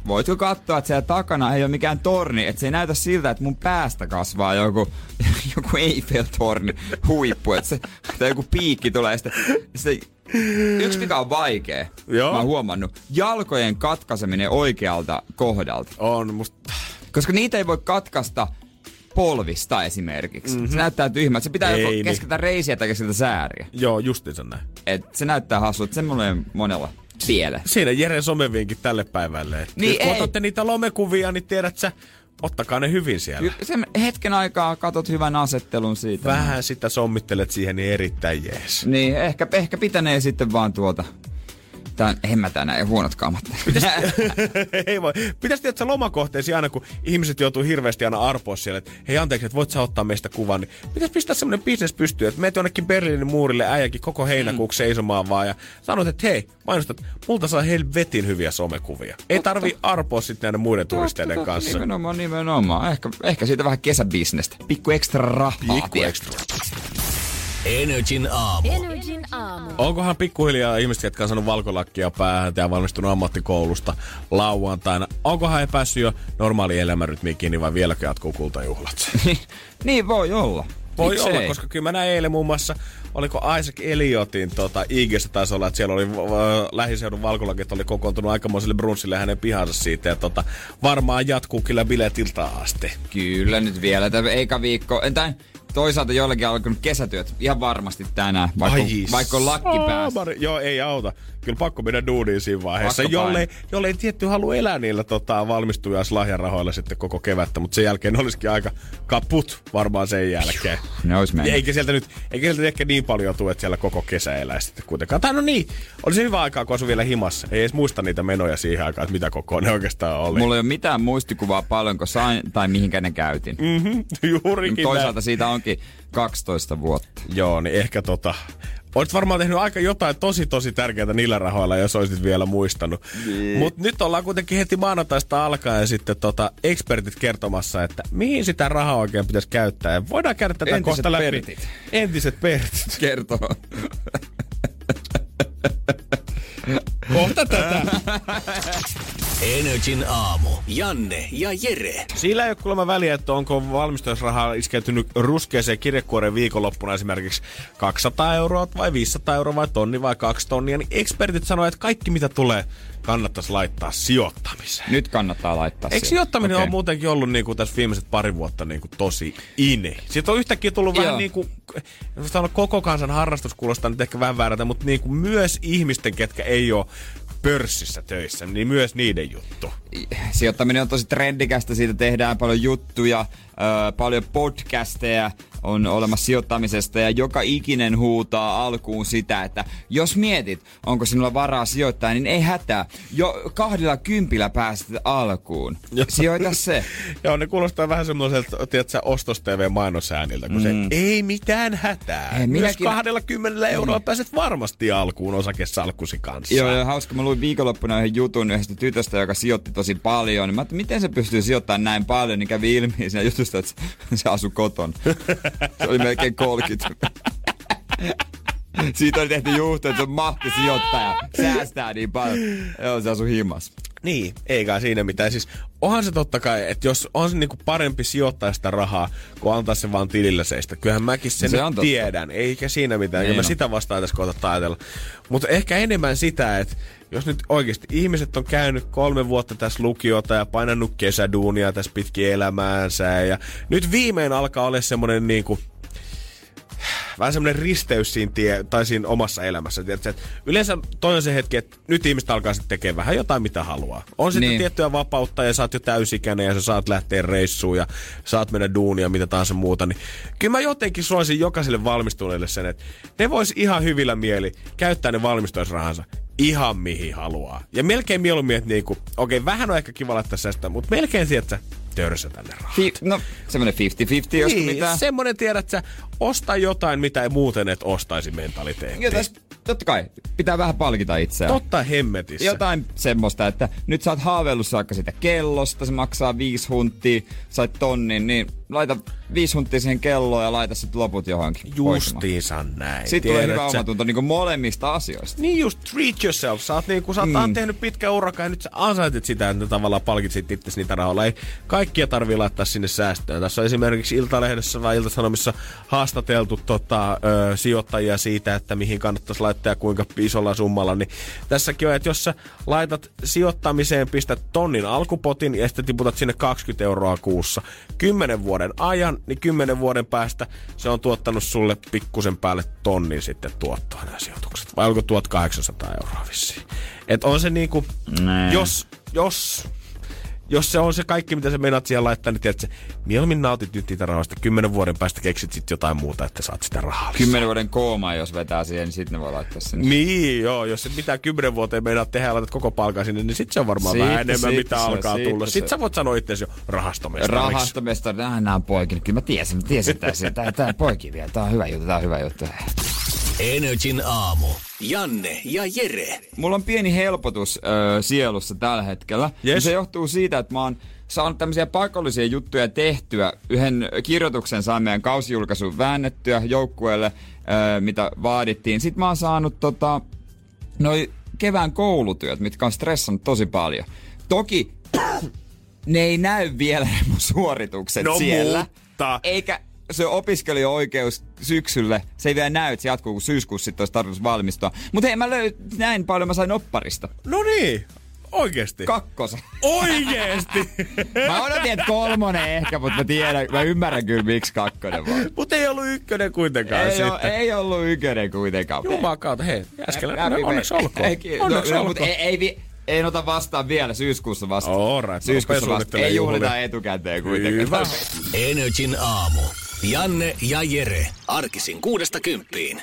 Speaker 5: voitko katsoa, että siellä takana ei ole mikään torni, että se ei näytä siltä, että mun päästä kasvaa joku, joku Eiffel-torni huippu, että se, tai joku piikki tulee. Sitten, sitten, yksi mikä on vaikea, Joo. mä oon huomannut, jalkojen katkaiseminen oikealta kohdalta.
Speaker 4: On musta.
Speaker 5: Koska niitä ei voi katkaista polvista esimerkiksi. Mm-hmm. Se näyttää tyhmältä. Se pitää ei, joko niin. keskellä reisiä tai keskellä sääriä.
Speaker 4: Joo, justiinsa näin.
Speaker 5: Et se näyttää hassulta. Se mulle monella pieleen.
Speaker 4: Siinä Jeren somevinkki tälle päivälle. Niin kun otatte niitä lomekuvia, niin tiedät sä, ottakaa ne hyvin siellä.
Speaker 5: Sen hetken aikaa katot hyvän asettelun siitä.
Speaker 4: Vähän no. sitä sommittelet siihen, niin erittäin jees.
Speaker 5: Niin, ehkä, ehkä pitänee sitten vaan tuota... Tää en mä tänään, ei huonot kaamat.
Speaker 4: Pitäis, ei voi. Pitäisi tietää lomakohteisiin aina, kun ihmiset joutuu hirveästi aina arpoa siellä, että hei anteeksi, että voit sä ottaa meistä kuvan. Niin pitäisi pistää semmonen bisnes pystyyn, että meet jonnekin Berliinin muurille äijäkin koko heinäkuuksi seisomaan vaan ja sanot, että hei, mainostat, multa saa helvetin hyviä somekuvia. Ei tarvii arpoa sitten näiden muiden turisteiden totta, kanssa.
Speaker 5: Nimenomaan, nimenomaan. Ehkä, ehkä siitä vähän kesäbisnestä. Pikku ekstra rahaa.
Speaker 4: Pikku ekstra.
Speaker 3: Energin aamu.
Speaker 6: Energin aamu.
Speaker 4: Onkohan pikkuhiljaa ihmiset, jotka on saanut valkolakkia päähän ja valmistunut ammattikoulusta lauantaina, onkohan he päässyt jo normaali elämänrytmiin kiinni vai vieläkö jatkuu kultajuhlat?
Speaker 5: Niin voi olla.
Speaker 4: Voi
Speaker 5: Miks
Speaker 4: olla,
Speaker 5: ei?
Speaker 4: koska kyllä mä näin eilen muun muassa, oliko Isaac Elliotin tota, I G:ssä taisi olla, että siellä oli äh, lähiseudun valkolakit oli kokoontunut aikamoiselle brunssille hänen pihansa siitä ja tota, varmaan jatkuu kyllä biletilta asti.
Speaker 5: Kyllä nyt vielä, tämä eikä viikko. Entä toisaalta joillakin on alkanut kesätyöt ihan varmasti tänään, vaikka, vaikka on lakki päässä.
Speaker 4: Joo, ei auta. Kyllä pakko mennä duuniin siinä vaiheessa, jollei, jollei tietty halua elää niillä tota, valmistujaslahjarahoilla sitten koko kevättä, mutta sen jälkeen olisikin aika kaput varmaan sen jälkeen.
Speaker 5: Ne ois mennyt.
Speaker 4: Eikä sieltä nyt, eikä sieltä ehkä niin paljon tule, että siellä koko kesä elää sitten kuitenkaan. Tai no niin, olisi hyvä aikaa, kun asui vielä himassa. Ei edes muista niitä menoja siihen aikaan, että mitä koko ne oikeastaan oli.
Speaker 5: Mulla ei ole mitään muistikuvaa paljonko sain tai mihinkä ne käytin.
Speaker 4: Mm-hmm, juurikin.
Speaker 5: Toisaalta näin. Siitä onkin kaksitoista vuotta.
Speaker 4: Joo, niin ehkä tota... Olet varmaan tehnyt aika jotain tosi tosi tärkeää niillä rahoilla, jos olisit vielä muistanut. Niin. Mutta nyt ollaan kuitenkin heti maanantaista alkaen sitten tota expertit kertomassa, että mihin sitä rahaa oikein pitäisi käyttää. Ja voidaan käydä tätä
Speaker 5: Entiset
Speaker 4: kohta läpi.
Speaker 5: Pertit.
Speaker 4: Entiset pertit.
Speaker 5: Kertoo.
Speaker 4: Kohta tätä.
Speaker 3: Energin aamu. Janne ja Jere.
Speaker 4: Sillä ei ole kuulemma väliä, että onko valmistusrahaa iskeytynyt ruskeeseen kirjekuoreen viikonloppuna esimerkiksi kaksisataa euroa vai viisisataa euroa vai tonni vai kaksi tonnia. Niin expertit sanoo, että kaikki mitä tulee kannattaisi laittaa sijoittamiseen.
Speaker 5: Nyt kannattaa laittaa
Speaker 4: Eikö sijoittaminen okay. on muutenkin ollut niin kuin tässä viimeiset pari vuotta niin kuin tosi ine? Siitä on yhtäkkiä tullut Joo. vähän niin kuin, koko kansan harrastus kuulostaa nyt ehkä vähän väärältä, mutta niin kuin myös ihmisten, ketkä ei ole pörssissä töissä, niin myös niiden juttu.
Speaker 5: Sijoittaminen on tosi trendikästä, siitä tehdään paljon juttuja, äh, paljon podcasteja on olemassa sijoittamisesta ja joka ikinen huutaa alkuun sitä, että jos mietit, onko sinulla varaa sijoittaa, niin ei hätää. Jo kahdella kympillä pääset alkuun. Sijoita se.
Speaker 4: Joo, ne kuulostaa vähän semmoiselta, tiedätkö, Ostos-T V-mainosäänniltä, kun mm. se ei mitään hätää. Ei, Myös minäkin... kahdella kymmenellä euroa mm. pääset varmasti alkuun osakesalkkusi kanssa.
Speaker 5: Joo, joo, hauska. Mä luin viikonloppuna yhden jutun yhdestä tytöstä, joka sijoitti tosi paljon. Mä ajattelin, miten se pystyy sijoittamaan näin paljon, niin kävi ilmi siinä jutusta, että se asui koton. Se oli melkein kolmekymmentä. Siitä oli tehty juhto, että se on mahti sijoittaja. Säästää niin paljon. Joo, se asui himas.
Speaker 4: Niin, eikä siinä mitään. Siis onhan se totta kai, että jos on se niinku parempi sijoittaa sitä rahaa, kuin antaa se vaan tilillä seistä. Kyllähän mäkin sen
Speaker 5: se
Speaker 4: tiedän. Eikä siinä mitään. Niin ja mä sitä vastaan tässä kohta ajatella. Mutta ehkä enemmän sitä, että jos nyt oikeasti ihmiset on käynyt kolme vuotta tässä lukiota ja painanut kesäduunia tässä pitkin elämäänsä. Ja nyt viimein alkaa olla semmoinen niinku... vähän semmoinen risteys siinä, tie, tai siinä omassa elämässä. Tiedätkö, yleensä toi on se hetki, että nyt ihmiset alkaa sitten tekemään vähän jotain, mitä haluaa. On sitten niin. tiettyä vapautta ja sä oot jo täysikäinen ja sä saat lähteä reissuun ja saat mennä duunia, mitä tahansa muuta. Niin kyllä mä jotenkin suosin jokaiselle valmistuneelle sen, että ne vois ihan hyvillä mieli käyttää ne valmistumisrahansa ihan mihin haluaa. Ja melkein mieluummin, että niinku, okei, okay, vähän on ehkä kiva laittaa sitä, mutta melkein sieltä sä törsä tänne rahat.
Speaker 5: Fi- no, semmoinen viisikymmentä viisikymmentä, jos
Speaker 4: niin,
Speaker 5: mitään.
Speaker 4: semmoinen tiedät sä, osta jotain, mitä ei muuten et ostaisi mentaliteetti.
Speaker 5: Ja tässä totta kai, pitää vähän palkita itseään.
Speaker 4: Totta hemmetissä.
Speaker 5: Jotain semmoista, että nyt sä oot haaveillut saakka siitä kellosta, se maksaa viisi hunttia, sait tonnin, niin laita viisi hunttia siihen kelloon ja laita sit loput johonkin.
Speaker 4: Justiinsa näin.
Speaker 5: Sitten tulee hyvä omatunto niinku molemmista asioista.
Speaker 4: Niin just, treat yourself. Sä oot, niinku, sä oot mm. tehnyt pitkän urakan ja nyt sä ansaitit sitä, että tavallaan palkitsit itse niitä rahoilla. Ei kaikkia tarvii laittaa sinne säästöön. Tässä on esimerkiksi Iltalehdessä vai Ilta-Sanomissa haastateltu tota, ö, sijoittajia siitä, että mihin kannattaisi laittaa ja kuinka isolla summalla. Niin tässäkin on, että jos sä laitat sijoittamiseen, pistät tonnin alkupotin ja sitten tiputat sinne kaksikymmentä euroa kuussa kymmenen vuoden ajan, niin kymmenen vuoden päästä se on tuottanut sulle pikkusen päälle tonnin sitten tuottoa nämä sijoitukset. Vai onko tuhatkahdeksansataa euroa vissiin? Et on se niinku, nee. jos, jos, jos se on se kaikki, mitä sä meinaat siihen laittaa, niin tiedätkö, mieluummin nautit nyt niitä rahoista. Kymmenen vuoden päästä keksit sit jotain muuta, että saat sitä rahaa.
Speaker 5: Kymmenen vuoden koomaa, jos vetää siihen, niin sitten ne voi laittaa sen.
Speaker 4: Niin, joo. Jos et mitään kymmenen vuoteen meinaat tehdä ja laitat koko palkan sinne, niin sit se on varmaan siitä, vähän enemmän, siitä, mitä siitä, alkaa siitä, tulla. Sitten sä voit sanoa itseäsi jo rahastomestariksi.
Speaker 5: Rahastomestari, nämä on poikin. Kyllä mä tiesin, mä tiesin tästä. Tää, tää poikii vielä. Tää on hyvä juttu, tää on hyvä juttu.
Speaker 3: Energin aamu. Janne ja Jere.
Speaker 5: Mulla on pieni helpotus äh, sielussa tällä hetkellä. Yes. Se johtuu siitä, että mä oon saanut tämmöisiä pakollisia juttuja tehtyä. Yhden kirjoituksen saan meidän kausijulkaisun väännettyä joukkueelle, äh, mitä vaadittiin. Sitten mä oon saanut tota, noi kevään koulutyöt, mitkä on stressannut tosi paljon. Toki ne ei näy vielä mun suoritukset
Speaker 4: no,
Speaker 5: siellä.
Speaker 4: Mutta.
Speaker 5: Eikä se opiskelija-oikeus syksylle, se ei vielä näy, että se jatkuu, kun syyskuussa sitten olisi tarkoitus valmistua. Mutta hei, mä löydin näin paljon, mä sain opparista.
Speaker 4: No niin, oikeesti.
Speaker 5: Kakkosen.
Speaker 4: Oikeesti?
Speaker 5: Mä odotin, että kolmonen ehkä, mutta mä tiedän, mä ymmärrän kyllä, miksi kakkonen vaan.
Speaker 4: Mutta ei ollut ykkönen kuitenkaan
Speaker 5: ei
Speaker 4: sitten.
Speaker 5: O, ei ollut ykkönen kuitenkaan.
Speaker 4: Jumakauta, hei, äskellä, no, onneksi olkoon.
Speaker 5: Onneksi no, olkoon. Mutta ei, ei, ei ota vastaan vielä, syyskuussa vasta.
Speaker 4: Oh, right.
Speaker 5: Syyskuussa vasta. Ei juhlita etukäteen kuitenkaan.
Speaker 3: Energin aamu. Janne ja Jere. Arkisin kuudesta kymppiin.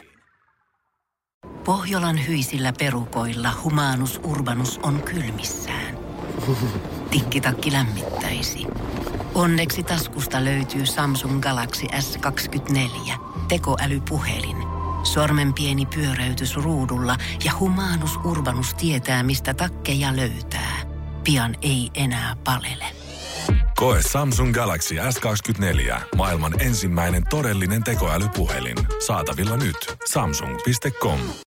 Speaker 1: Pohjolan hyisillä perukoilla Humanus Urbanus on kylmissään. Tikkitakki lämmittäisi. Onneksi taskusta löytyy Samsung Galaxy S kaksikymmentäneljä. Tekoälypuhelin. Sormen pieni pyöräytys ruudulla ja Humanus Urbanus tietää, mistä takkeja löytää. Pian ei enää palele.
Speaker 2: Koe Samsung Galaxy S kaksikymmentäneljä. Maailman ensimmäinen todellinen tekoälypuhelin. Saatavilla nyt. Samsung piste com.